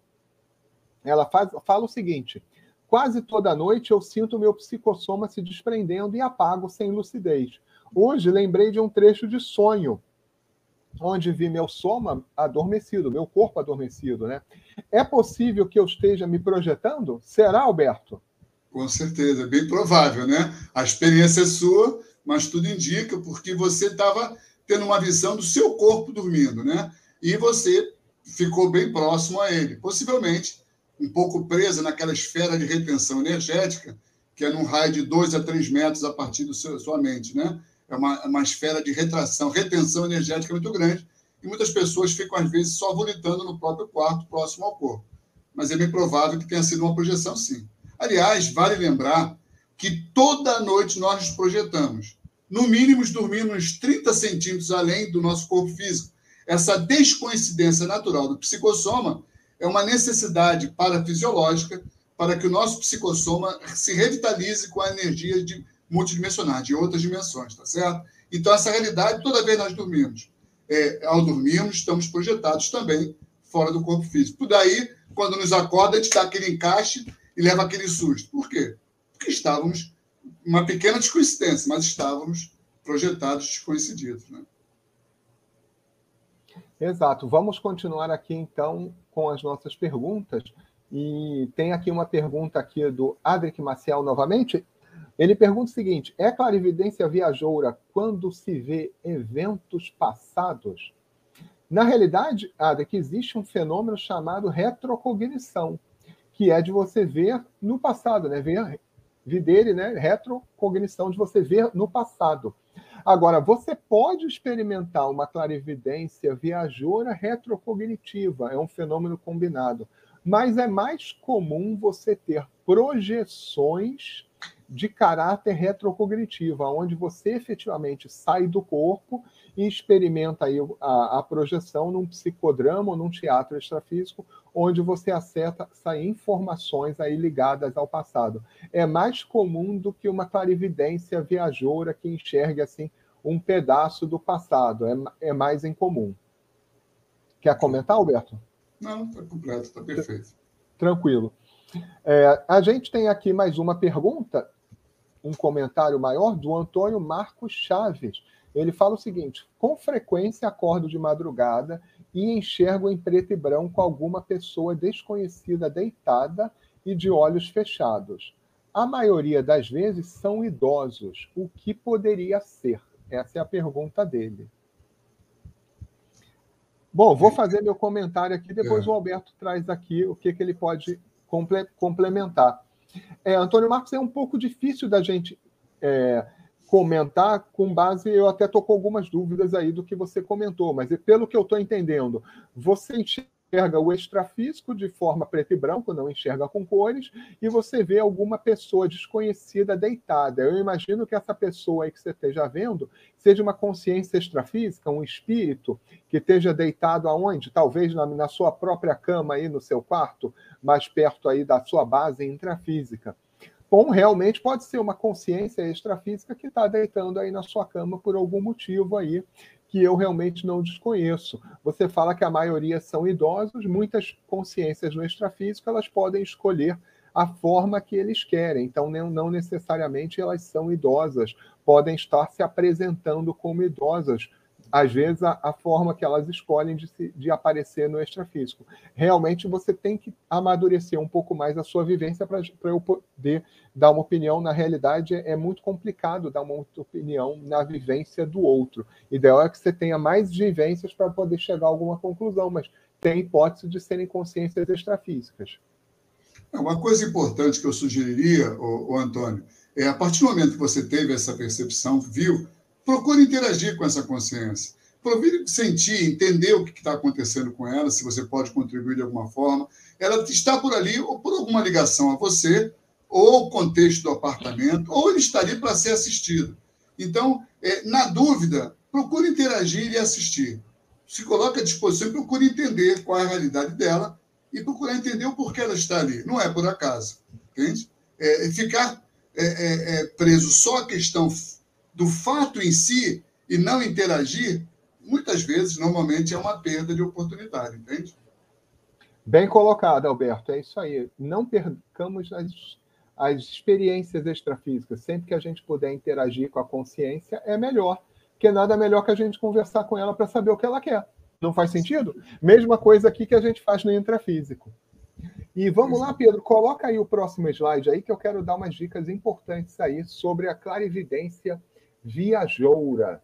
Ela fala o seguinte: quase toda noite eu sinto meu psicossoma se desprendendo e apago sem lucidez. Hoje lembrei de um trecho de sonho, onde vi meu soma adormecido, meu corpo adormecido, né? É possível que eu esteja me projetando? Será, Alberto? Com certeza, é bem provável, né? A experiência é sua, mas tudo indica porque você estava tendo uma visão do seu corpo dormindo, né? E você ficou bem próximo a ele, possivelmente um pouco presa naquela esfera de retenção energética, que é num raio de 2 a 3 metros a partir da sua mente, né? É uma esfera de retenção energética muito grande, e muitas pessoas ficam, às vezes, só volitando no próprio quarto, próximo ao corpo. Mas é bem provável que tenha sido uma projeção, sim. Aliás, vale lembrar que toda noite nós nos projetamos. No mínimo, dormimos 30 centímetros além do nosso corpo físico. Essa descoincidência natural do psicossoma é uma necessidade parafisiológica para que o nosso psicossoma se revitalize com a energia multidimensional, de outras dimensões, tá certo? Então, essa realidade, toda vez nós dormimos. Ao dormirmos, estamos projetados também fora do corpo físico. Por daí, quando nos acorda, a gente dá aquele encaixe e leva aquele susto. Por quê? Porque estávamos, uma pequena descoincidência, mas estávamos projetados descoincididos, né? Exato. Vamos continuar aqui, então, com as nossas perguntas. E tem aqui uma pergunta aqui do Adric Maciel novamente. Ele pergunta o seguinte: é clarividência viajoura quando se vê eventos passados? Na realidade, Adric, existe um fenômeno chamado retrocognição, que é de você ver no passado, né? Videre, né? Retrocognição, de você ver no passado. Agora, você pode experimentar uma clarividência viajoura retrocognitiva, é um fenômeno combinado, mas é mais comum você ter projeções de caráter retrocognitivo, onde você efetivamente sai do corpo e experimenta aí a projeção num psicodrama ou num teatro extrafísico, onde você acessa informações aí ligadas ao passado. É mais comum do que uma clarividência viajoura que enxergue assim um pedaço do passado. É mais incomum. Quer comentar, Alberto? Não, está completo, está perfeito. Tranquilo. A gente tem aqui mais uma pergunta, um comentário maior, do Antônio Marcos Chaves. Ele fala o seguinte: com frequência acordo de madrugada e enxergo em preto e branco alguma pessoa desconhecida deitada e de olhos fechados. A maioria das vezes são idosos. O que poderia ser? Essa é a pergunta dele. Bom, vou fazer meu comentário aqui, depois o Alberto traz aqui o que ele pode complementar. Antônio Marcos, é um pouco difícil da gente comentar com base... Eu até estou com algumas dúvidas aí do que você comentou, mas pelo que eu estou entendendo, você enxerga o extrafísico de forma preto e branco, não enxerga com cores, e você vê alguma pessoa desconhecida deitada. Eu imagino que essa pessoa aí que você esteja vendo seja uma consciência extrafísica, um espírito que esteja deitado aonde? Talvez na sua própria cama aí no seu quarto, mais perto aí da sua base intrafísica. Ou realmente pode ser uma consciência extrafísica que está deitando aí na sua cama por algum motivo aí que eu realmente não desconheço. Você fala que a maioria são idosos, muitas consciências no extrafísico elas podem escolher a forma que eles querem, então não necessariamente elas são idosas, podem estar se apresentando como idosas, às vezes a forma que elas escolhem de aparecer no extrafísico. Realmente você tem que amadurecer um pouco mais a sua vivência para eu poder dar uma opinião. Na realidade, é muito complicado dar uma opinião na vivência do outro. O ideal é que você tenha mais vivências para poder chegar a alguma conclusão, mas tem hipótese de serem consciências extrafísicas. Uma coisa importante que eu sugeriria, o Antônio, a partir do momento que você teve essa percepção, viu, procure interagir com essa consciência. Procure sentir, entender o que está acontecendo com ela, se você pode contribuir de alguma forma. Ela está por ali ou por alguma ligação a você, ou o contexto do apartamento, ou ele está ali para ser assistido. Então, na dúvida, procure interagir e assistir. Se coloque à disposição e procure entender qual é a realidade dela e procurar entender o porquê ela está ali. Não é por acaso. Entende? Ficar preso só à questão do fato em si e não interagir, muitas vezes, normalmente, é uma perda de oportunidade, entende? Bem colocado, Alberto. É isso aí. Não percamos as experiências extrafísicas. Sempre que a gente puder interagir com a consciência, é melhor. Porque nada melhor que a gente conversar com ela para saber o que ela quer. Não faz sentido? Mesma coisa aqui que a gente faz no intrafísico. E vamos lá, Pedro, coloca aí o próximo slide aí, que eu quero dar umas dicas importantes aí sobre a clarividência viajoura.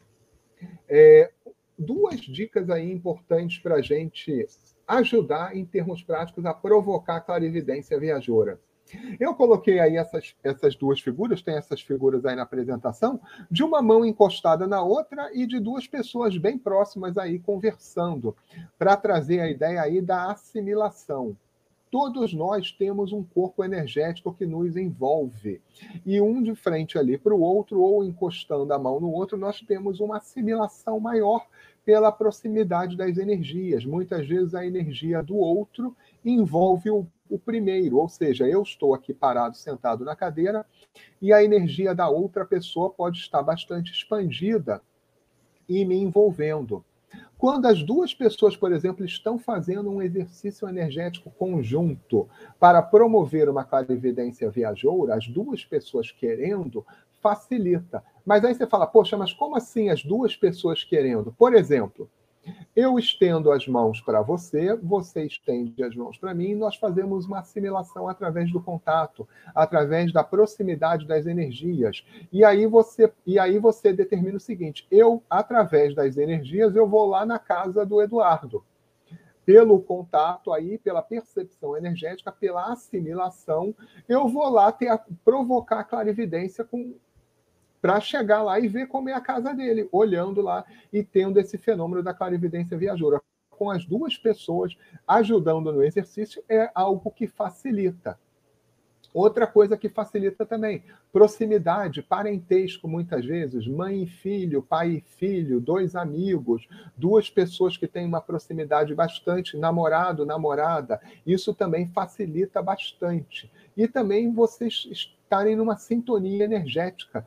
Duas dicas aí importantes para a gente ajudar, em termos práticos, a provocar a clarividência viajoura. Eu coloquei aí essas duas figuras, tem essas figuras aí na apresentação, de uma mão encostada na outra e de duas pessoas bem próximas aí conversando, para trazer a ideia aí da assimilação. Todos nós temos um corpo energético que nos envolve. E um de frente ali para o outro, ou encostando a mão no outro, nós temos uma assimilação maior pela proximidade das energias. Muitas vezes a energia do outro envolve o primeiro, ou seja, eu estou aqui parado, sentado na cadeira, e a energia da outra pessoa pode estar bastante expandida e me envolvendo. Quando as duas pessoas, por exemplo, estão fazendo um exercício energético conjunto para promover uma clarividência viajoura, as duas pessoas querendo, facilita. Mas aí você fala, poxa, mas como assim as duas pessoas querendo? Por exemplo, eu estendo as mãos para você, você estende as mãos para mim, e nós fazemos uma assimilação através do contato, através da proximidade das energias. E aí você determina o seguinte: eu, através das energias, eu vou lá na casa do Eduardo. Pelo contato aí, pela percepção energética, pela assimilação, eu vou lá provocar a clarividência para chegar lá e ver como é a casa dele, olhando lá e tendo esse fenômeno da clarividência viajoura. Com as duas pessoas ajudando no exercício, é algo que facilita. Outra coisa que facilita também, proximidade, parentesco, muitas vezes, mãe e filho, pai e filho, dois amigos, duas pessoas que têm uma proximidade bastante, namorado, namorada, isso também facilita bastante. E também vocês estarem numa sintonia energética,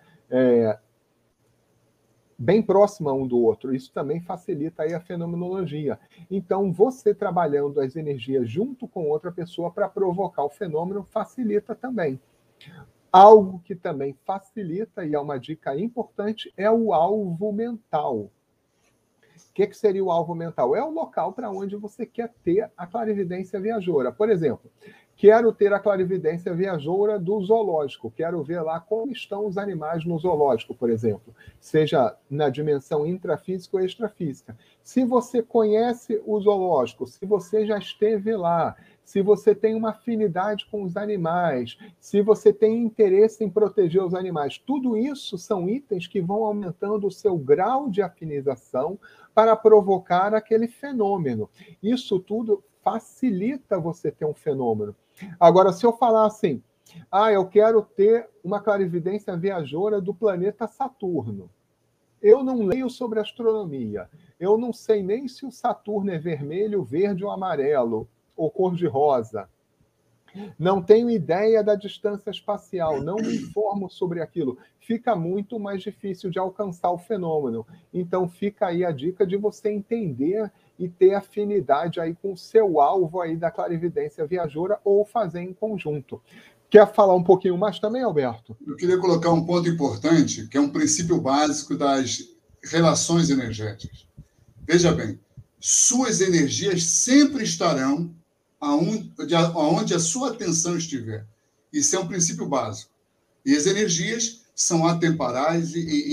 bem próxima um do outro. Isso também facilita aí a fenomenologia. Então, você trabalhando as energias junto com outra pessoa para provocar o fenômeno facilita também. Algo que também facilita, e é uma dica importante, é o alvo mental. O que seria o alvo mental? É o local para onde você quer ter a clarividência viajoura. Por exemplo, Quero ter a clarividência viajoura do zoológico, quero ver lá como estão os animais no zoológico, por exemplo, seja na dimensão intrafísica ou extrafísica. Se você conhece o zoológico, se você já esteve lá, se você tem uma afinidade com os animais, se você tem interesse em proteger os animais, tudo isso são itens que vão aumentando o seu grau de afinização para provocar aquele fenômeno. Isso tudo facilita você ter um fenômeno. Agora, se eu falar assim, eu quero ter uma clarividência viajoura do planeta Saturno. Eu não leio sobre astronomia. Eu não sei nem se o Saturno é vermelho, verde ou amarelo, ou cor-de-rosa. Não tenho ideia da distância espacial, não me informo sobre aquilo. Fica muito mais difícil de alcançar o fenômeno. Então, fica aí a dica de você entender e ter afinidade aí com o seu alvo aí da clarividência viajoura ou fazer em conjunto. Quer falar um pouquinho mais também, Alberto? Eu queria colocar um ponto importante, que é um princípio básico das relações energéticas. Veja bem, suas energias sempre estarão aonde a sua atenção estiver. Isso é um princípio básico. E as energias são atemporais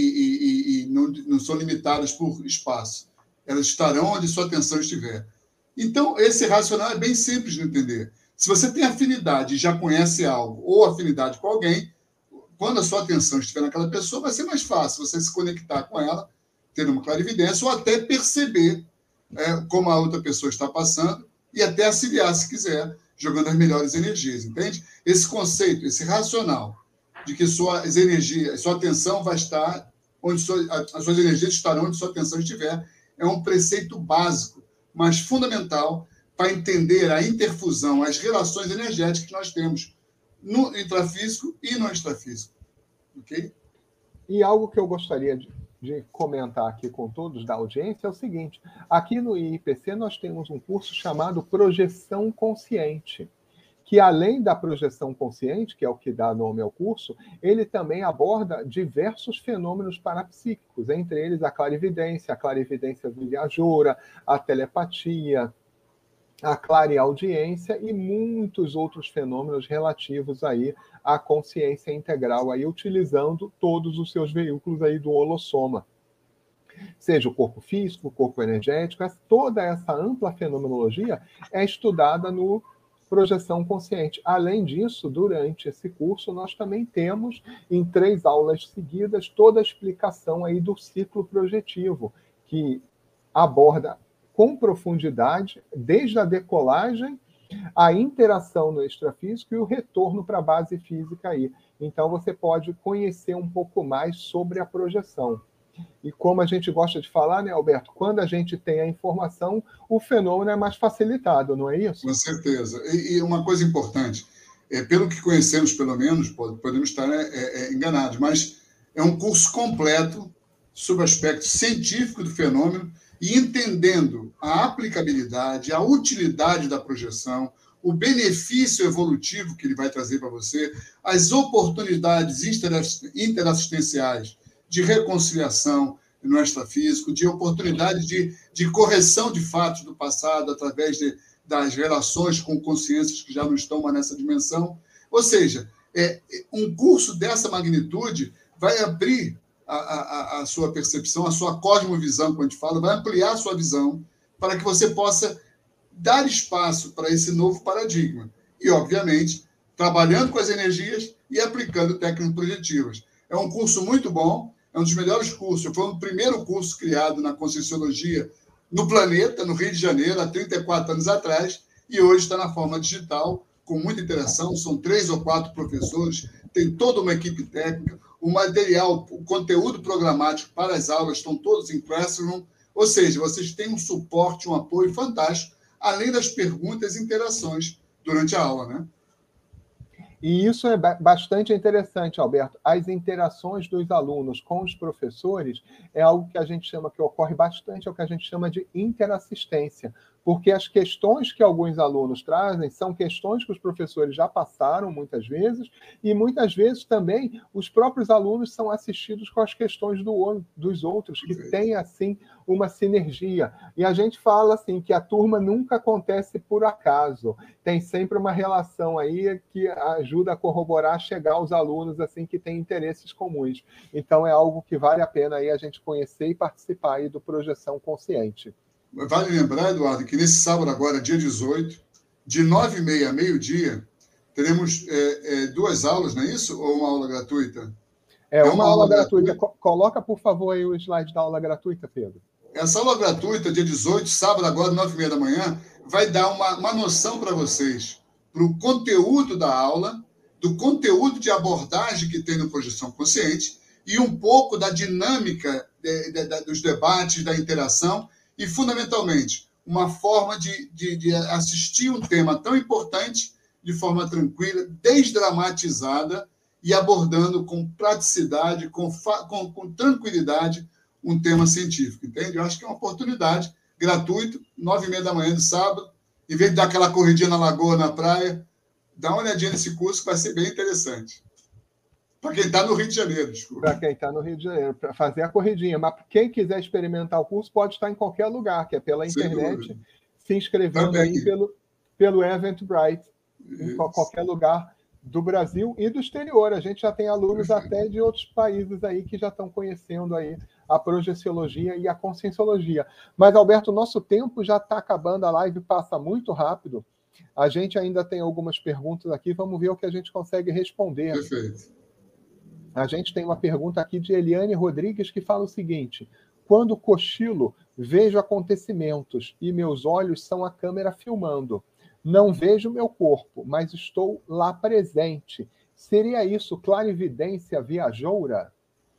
e não são limitadas por espaço. Elas estarão onde sua atenção estiver. Então, esse racional é bem simples de entender. Se você tem afinidade e já conhece algo, ou afinidade com alguém, quando a sua atenção estiver naquela pessoa, vai ser mais fácil você se conectar com ela, ter uma clarividência, ou até perceber como a outra pessoa está passando, e até auxiliar, se quiser, jogando as melhores energias, entende? Esse conceito, esse racional de que suas energias, sua atenção vai estar onde as suas energias estarão onde sua atenção estiver, é um preceito básico, mas fundamental para entender a interfusão, as relações energéticas que nós temos no intrafísico e no extrafísico. Ok? E algo que eu gostaria de comentar aqui com todos da audiência é o seguinte: aqui no IIPC nós temos um curso chamado Projeção Consciente, que além da projeção consciente, que é o que dá nome ao curso, ele também aborda diversos fenômenos parapsíquicos, entre eles a clarividência viajoura, a telepatia, a clareaudiência e muitos outros fenômenos relativos aí à consciência integral, aí utilizando todos os seus veículos aí do holossoma. Seja o corpo físico, o corpo energético, toda essa ampla fenomenologia é estudada no Projeção Consciente. Além disso, durante esse curso, nós também temos, em 3 aulas seguidas, toda a explicação aí do ciclo projetivo, que aborda com profundidade, desde a decolagem, a interação no extrafísico e o retorno para a base física aí. Então, você pode conhecer um pouco mais sobre a projeção. E como a gente gosta de falar, né, Alberto? Quando a gente tem a informação, o fenômeno é mais facilitado, não é isso? Com certeza. E uma coisa importante, pelo que conhecemos, pelo menos, podemos estar enganados, mas é um curso completo sobre o aspecto científico do fenômeno e entendendo a aplicabilidade, a utilidade da projeção, o benefício evolutivo que ele vai trazer para você, as oportunidades interassistenciais de reconciliação no extrafísico, de oportunidade de correção de fatos do passado através das relações com consciências que já não estão mais nessa dimensão. Ou seja, um curso dessa magnitude vai abrir a sua percepção, a sua cosmovisão, quando a gente fala, vai ampliar a sua visão para que você possa dar espaço para esse novo paradigma. E, obviamente, trabalhando com as energias e aplicando técnicas projetivas. É um curso muito bom, é um dos melhores cursos. Foi o primeiro curso criado na Conscienciologia no planeta, no Rio de Janeiro, há 34 anos atrás, e hoje está na forma digital, com muita interação. São 3 ou 4 professores, tem toda uma equipe técnica, o material, o conteúdo programático para as aulas estão todos em Classroom, ou seja, vocês têm um suporte, um apoio fantástico, além das perguntas e interações durante a aula, né? E isso é bastante interessante, Alberto. As interações dos alunos com os professores é algo que a gente chama, que ocorre bastante, é o que a gente chama de interassistência. porque as questões que alguns alunos trazem são questões que os professores já passaram muitas vezes, e muitas vezes também os próprios alunos são assistidos com as questões dos outros, que têm, assim, uma sinergia. E a gente fala, assim, que a turma nunca acontece por acaso, tem sempre uma relação aí que ajuda a corroborar, chegar aos alunos, assim, que têm interesses comuns. Então, é algo que vale a pena aí a gente conhecer e participar aí do Projeção Consciente. Vale lembrar, Eduardo, que nesse sábado agora, dia 18, de 9h30 a meio-dia, teremos 2 aulas, não é isso? Ou uma aula gratuita? É uma aula gratuita. Coloca, por favor, aí o slide da aula gratuita, Pedro. Essa aula gratuita, dia 18, sábado agora, 9h30 da manhã, vai dar uma noção para vocês, para o conteúdo da aula, do conteúdo de abordagem que tem no Projeção Consciente e um pouco da dinâmica dos debates, da interação e, fundamentalmente, uma forma de assistir um tema tão importante de forma tranquila, desdramatizada e abordando com praticidade, com tranquilidade, um tema científico, entende? Eu acho que é uma oportunidade, gratuito, 9h30 da manhã de sábado, em vez de dar aquela corridinha na lagoa, na praia, dá uma olhadinha nesse curso que vai ser bem interessante. Para quem está no Rio de Janeiro, desculpa. Para quem está no Rio de Janeiro, para fazer a corridinha. Mas quem quiser experimentar o curso pode estar em qualquer lugar, que é pela internet, se inscrevendo também aí pelo Eventbrite, em qualquer lugar do Brasil e do exterior. A gente já tem alunos até de outros países aí que já estão conhecendo aí a projeciologia e a conscienciologia. Mas, Alberto, nosso tempo já está acabando, a live passa muito rápido. A gente ainda tem algumas perguntas aqui, vamos ver o que a gente consegue responder. Perfeito. A gente tem uma pergunta aqui de Eliane Rodrigues que fala o seguinte: quando cochilo, vejo acontecimentos e meus olhos são a câmera filmando. Não vejo meu corpo, mas estou lá presente. Seria isso clarividência viajoura?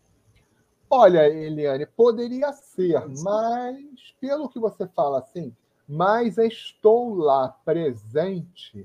Olha, Eliane, poderia ser, mas pelo que você fala assim, mas estou lá presente.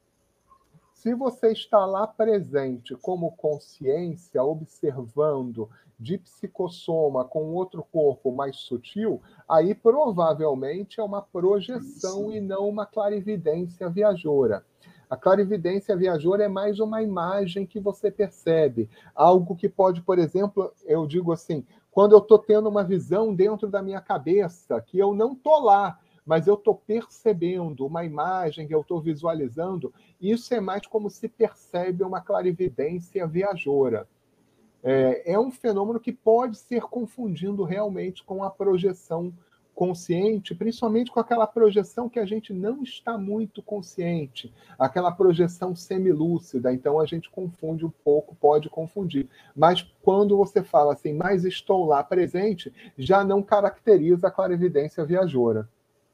Se você está lá presente como consciência, observando de psicossoma com outro corpo mais sutil, aí provavelmente é uma projeção e não uma clarividência viajoura. A clarividência viajoura é mais uma imagem que você percebe. Algo que pode, por exemplo, eu digo assim, quando eu estou tendo uma visão dentro da minha cabeça, que eu não estou lá, mas eu estou percebendo uma imagem que eu estou visualizando, isso é mais como se percebe uma clarividência viajoura. É um fenômeno que pode ser confundido realmente com a projeção consciente, principalmente com aquela projeção que a gente não está muito consciente, aquela projeção semilúcida, então a gente confunde um pouco, pode confundir. Mas quando você fala assim, mas estou lá presente, já não caracteriza a clarividência viajoura.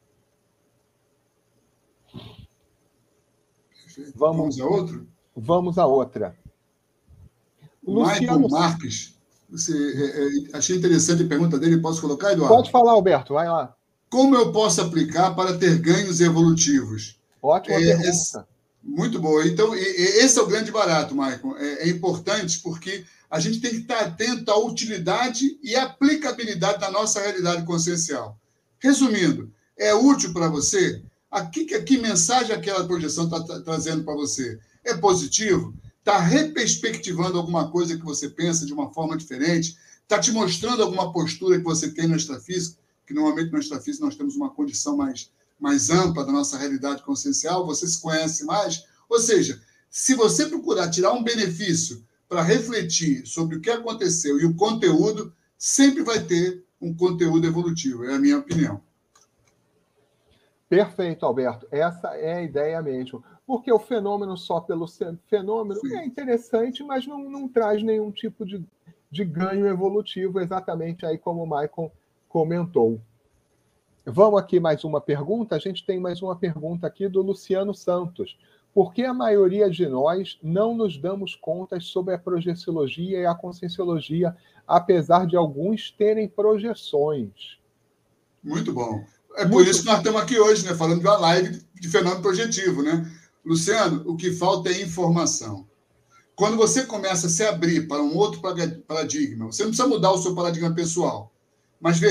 Vamos a outro? Vamos a outra. Michael Marques. Achei interessante a pergunta dele. Posso colocar, Eduardo? Pode falar, Alberto. Vai lá. Como eu posso aplicar para ter ganhos evolutivos? Ótima pergunta. Muito boa. Então, esse é o grande barato, Michael. É importante porque a gente tem que estar atento à utilidade e aplicabilidade da nossa realidade consciencial. Resumindo, é útil para você? Que mensagem aquela projeção está trazendo para você? É positivo? Está reperspectivando alguma coisa que você pensa de uma forma diferente? Está te mostrando alguma postura que você tem no extrafísico? Que normalmente no extrafísico nós temos uma condição mais ampla da nossa realidade consciencial, você se conhece mais. Ou seja, se você procurar tirar um benefício para refletir sobre o que aconteceu e o conteúdo, sempre vai ter um conteúdo evolutivo, é a minha opinião. Perfeito, Alberto. Essa é a ideia mesmo. Porque o fenômeno só pelo fenômeno é interessante, mas não traz nenhum tipo de ganho evolutivo, exatamente aí como o Michael comentou. Vamos aqui mais uma pergunta. A gente tem mais uma pergunta aqui do Luciano Santos. Por que a maioria de nós não nos damos contas sobre a projeciologia e a conscienciologia, apesar de alguns terem projeções? Muito bom. É por isso que nós estamos aqui hoje, né, falando de uma live de fenômeno projetivo, né? Luciano, o que falta é informação. Quando você começa a se abrir para um outro paradigma, você não precisa mudar o seu paradigma pessoal. Mas veja,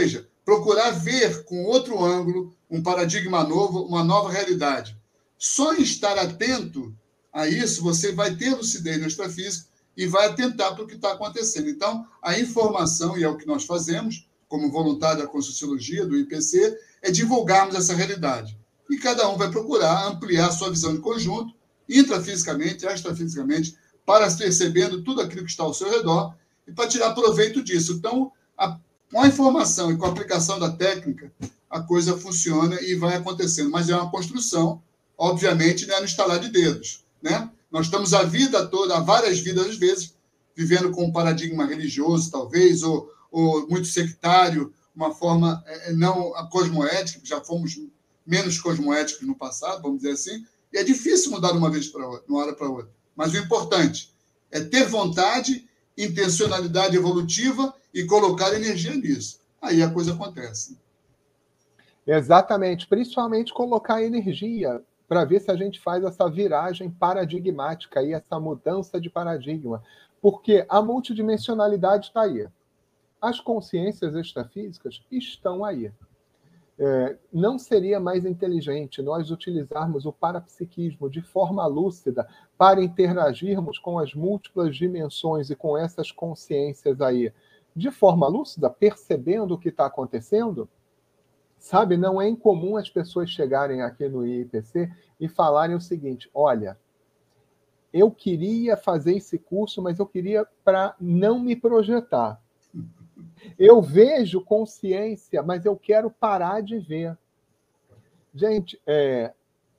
procurar ver com outro ângulo, um paradigma novo, uma nova realidade. Só em estar atento a isso, você vai ter lucidez no extrafísico e vai atentar para o que está acontecendo. Então, a informação, e é o que nós fazemos, como voluntário da Conscienciologia, do IPC, é divulgarmos essa realidade. E cada um vai procurar ampliar sua visão de conjunto, intrafisicamente, extrafisicamente, para percebendo tudo aquilo que está ao seu redor e para tirar proveito disso. Então, com a informação e com a aplicação da técnica, a coisa funciona e vai acontecendo. Mas é uma construção, obviamente, não é no estalar de dedos, né? Nós estamos a vida toda, há várias vidas, às vezes, vivendo com um paradigma religioso, talvez, ou muito sectário, uma forma não cosmoética, já fomos menos cosmoéticos no passado, vamos dizer assim, e é difícil mudar de uma vez para outra, de uma hora para outra. Mas o importante é ter vontade, intencionalidade evolutiva e colocar energia nisso. Aí a coisa acontece. Exatamente, principalmente colocar energia para ver se a gente faz essa viragem paradigmática e essa mudança de paradigma, porque a multidimensionalidade está aí. As consciências extrafísicas estão aí. Não seria mais inteligente nós utilizarmos o parapsiquismo de forma lúcida para interagirmos com as múltiplas dimensões e com essas consciências aí de forma lúcida, percebendo o que está acontecendo? Sabe, não é incomum as pessoas chegarem aqui no IPC e falarem o seguinte: olha, eu queria fazer esse curso, mas eu queria para não me projetar. Eu vejo consciência, mas eu quero parar de ver. Gente, é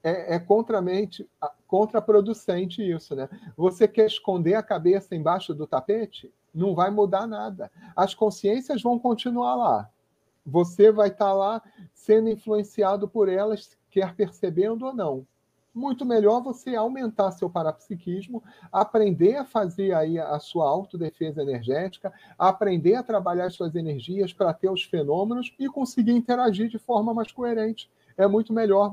contraproducente isso, né? Você quer esconder a cabeça embaixo do tapete? Não vai mudar nada. As consciências vão continuar lá. Você vai estar lá sendo influenciado por elas, quer percebendo ou não. Muito melhor você aumentar seu parapsiquismo, aprender a fazer aí a sua autodefesa energética, aprender a trabalhar as suas energias para ter os fenômenos e conseguir interagir de forma mais coerente. É muito melhor.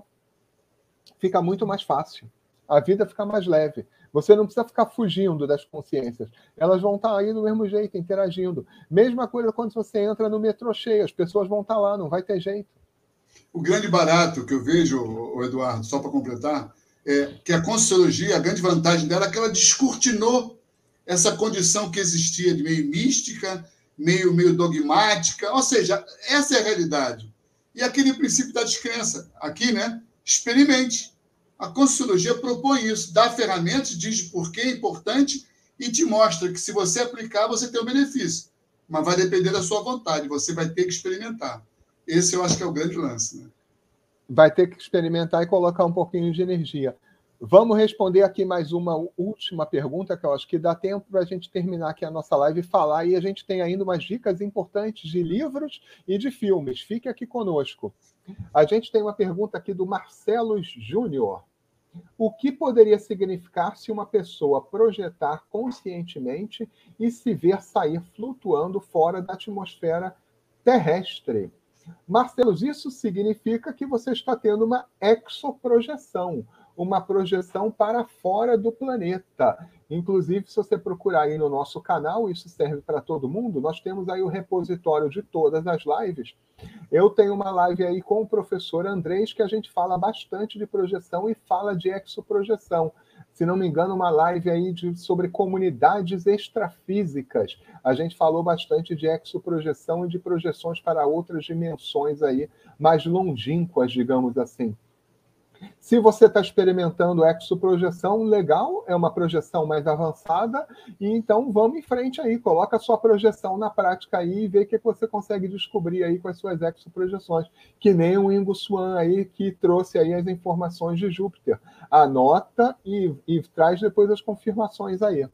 Fica muito mais fácil. A vida fica mais leve. Você não precisa ficar fugindo das consciências. Elas vão estar aí do mesmo jeito, interagindo. Mesma coisa quando você entra no metrô cheio. As pessoas vão estar lá, não vai ter jeito. O grande barato que eu vejo, Eduardo, só para completar, é que a Conscienciologia, a grande vantagem dela é que ela descortinou essa condição que existia de meio mística, meio dogmática. Ou seja, essa é a realidade. E aquele princípio da descrença. Aqui, né? Experimente. A Conscienciologia propõe isso, dá ferramentas, diz por que é importante e te mostra que se você aplicar, você tem um benefício. Mas vai depender da sua vontade, você vai ter que experimentar. Esse eu acho que é o grande lance, né? Vai ter que experimentar e colocar um pouquinho de energia. Vamos responder aqui mais uma última pergunta, que eu acho que dá tempo para a gente terminar aqui a nossa live e falar. E a gente tem ainda umas dicas importantes de livros e de filmes. Fique aqui conosco. A gente tem uma pergunta aqui do Marcelo Júnior. O que poderia significar se uma pessoa projetar conscientemente e se ver sair flutuando fora da atmosfera terrestre? Marcelo, isso significa que você está tendo uma exoprojeção, uma projeção para fora do planeta. Inclusive, se você procurar aí no nosso canal, isso serve para todo mundo, nós temos aí o repositório de todas as lives. Eu tenho uma live aí com o professor Andrés, que a gente fala bastante de projeção e fala de exoprojeção. Se não me engano, uma live aí sobre comunidades extrafísicas. A gente falou bastante de exoprojeção e de projeções para outras dimensões aí, mais longínquas, digamos assim. Se você está experimentando exoprojeção, legal, é uma projeção mais avançada, e então vamos em frente aí, coloca a sua projeção na prática aí e vê o que você consegue descobrir aí com as suas exoprojeções, que nem o Ingo Swan aí, que trouxe aí as informações de Júpiter. Anota e traz depois as confirmações aí.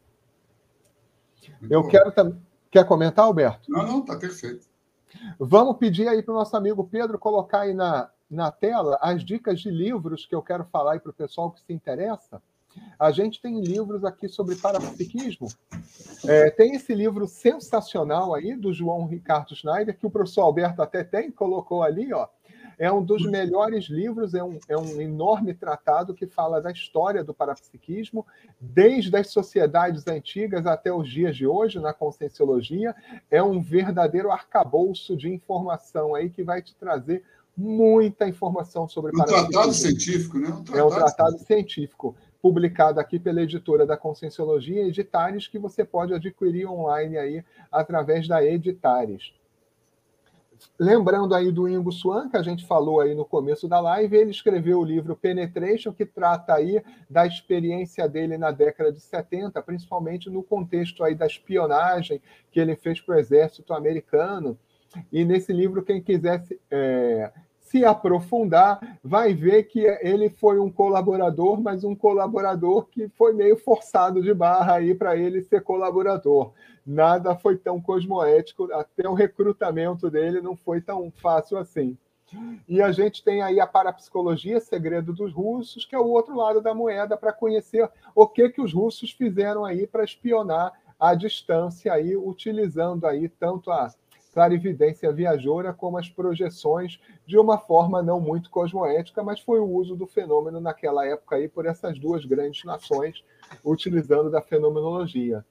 Eu quero também... Quer comentar, Alberto? Não, tá perfeito. Vamos pedir aí para o nosso amigo Pedro colocar aí na tela as dicas de livros que eu quero falar aí para o pessoal que se interessa. A gente tem livros aqui sobre parapsiquismo. Tem esse livro sensacional aí do João Ricardo Schneider, que o professor Alberto até colocou ali, ó. É um dos melhores livros, é um enorme tratado que fala da história do parapsiquismo, desde as sociedades antigas até os dias de hoje, na Conscienciologia. É um verdadeiro arcabouço de informação aí que vai te trazer muita informação sobre parapsiquismo. Um tratado científico, né? É um tratado científico, publicado aqui pela editora da Conscienciologia, Editares, que você pode adquirir online aí através da Editares. Lembrando aí do Ingo Swann, que a gente falou aí no começo da live, ele escreveu o livro Penetration, que trata aí da experiência dele na década de 70, principalmente no contexto aí da espionagem que ele fez para o exército americano. E nesse livro, quem quiser se aprofundar, vai ver que ele foi um colaborador, mas um colaborador que foi meio forçado de barra aí para ele ser colaborador. Nada foi tão cosmoético, até o recrutamento dele não foi tão fácil assim. E a gente tem aí a parapsicologia, Segredo dos Russos, que é o outro lado da moeda, para conhecer o que os russos fizeram aí para espionar à distância, aí, utilizando aí tanto a clarividência viajoura como as projeções de uma forma não muito cosmoética, mas foi o uso do fenômeno naquela época aí por essas duas grandes nações, utilizando da fenomenologia.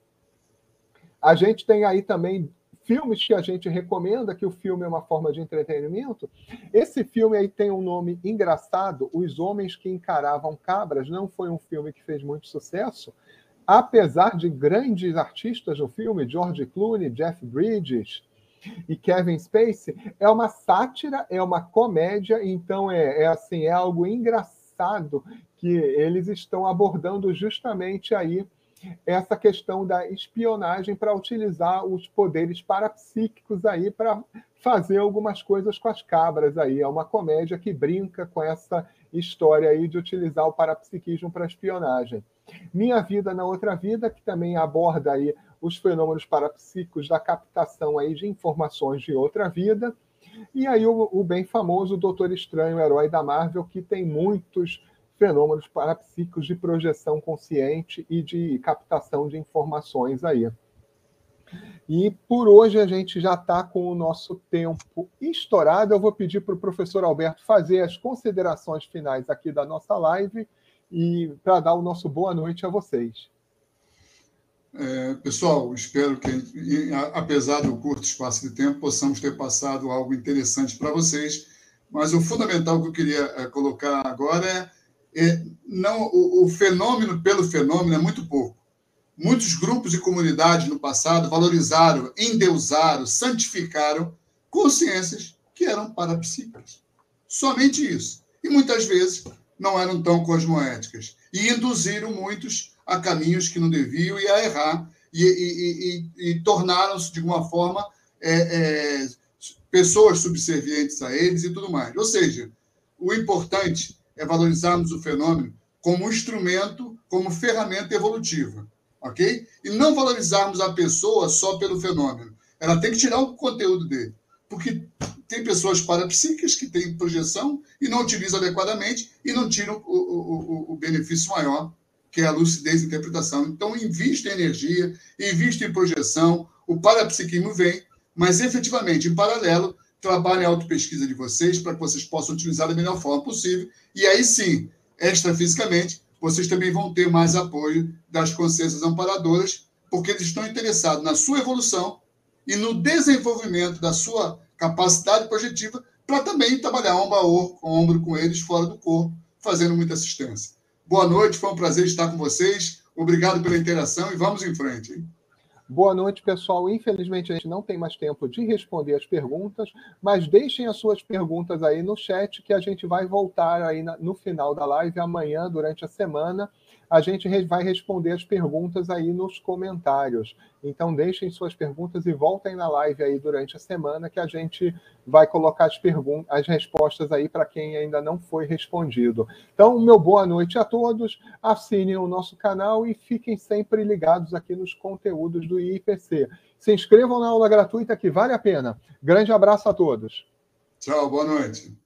A gente tem aí também filmes que a gente recomenda, que o filme é uma forma de entretenimento. Esse filme aí tem um nome engraçado, Os Homens que Encaravam Cabras. Não foi um filme que fez muito sucesso, apesar de grandes artistas no filme, George Clooney, Jeff Bridges e Kevin Spacey. É uma sátira, é uma comédia, então assim, é algo engraçado que eles estão abordando justamente aí essa questão da espionagem para utilizar os poderes parapsíquicos aí para fazer algumas coisas com as cabras aí. É uma comédia que brinca com essa história aí de utilizar o parapsiquismo para espionagem. Minha Vida na Outra Vida, que também aborda aí os fenômenos parapsíquicos da captação aí de informações de outra vida. E aí o bem famoso Doutor Estranho, Herói da Marvel, que tem muitos fenômenos parapsíquicos de projeção consciente e de captação de informações aí. E por hoje a gente já está com o nosso tempo estourado. Eu vou pedir para o professor Alberto fazer as considerações finais aqui da nossa live e para dar o nosso boa noite a vocês. Pessoal, espero que, apesar do curto espaço de tempo, possamos ter passado algo interessante para vocês, mas o fundamental que eu queria colocar agora não, o fenômeno pelo fenômeno é muito pouco. Muitos grupos e comunidades no passado valorizaram, endeusaram, santificaram consciências que eram parapsíquicas. Somente isso. E muitas vezes não eram tão cosmoéticas. E induziram muitos a caminhos que não deviam e a errar. E tornaram-se, de alguma forma, pessoas subservientes a eles e tudo mais. Ou seja, o importante é valorizarmos o fenômeno como instrumento, como ferramenta evolutiva. Ok? E não valorizarmos a pessoa só pelo fenômeno. Ela tem que tirar o conteúdo dele. Porque tem pessoas parapsíquicas que têm projeção e não utilizam adequadamente e não tiram o benefício maior, que é a lucidez e interpretação. Então, invista em energia, invista em projeção, o parapsiquismo vem, mas, efetivamente, em paralelo, trabalhem a autopesquisa de vocês para que vocês possam utilizar da melhor forma possível. E aí, sim, extrafisicamente, vocês também vão ter mais apoio das consciências amparadoras, porque eles estão interessados na sua evolução e no desenvolvimento da sua capacidade projetiva para também trabalhar ombro a ombro com eles fora do corpo, fazendo muita assistência. Boa noite, foi um prazer estar com vocês. Obrigado pela interação e vamos em frente. Hein? Boa noite, pessoal. Infelizmente, a gente não tem mais tempo de responder as perguntas, mas deixem as suas perguntas aí no chat, que a gente vai voltar aí no final da live, amanhã, durante a semana. A gente vai responder as perguntas aí nos comentários. Então, deixem suas perguntas e voltem na live aí durante a semana, que a gente vai colocar as respostas aí para quem ainda não foi respondido. Então, meu boa noite a todos. Assinem o nosso canal e fiquem sempre ligados aqui nos conteúdos do IPC. Se inscrevam na aula gratuita, que vale a pena. Grande abraço a todos. Tchau, boa noite.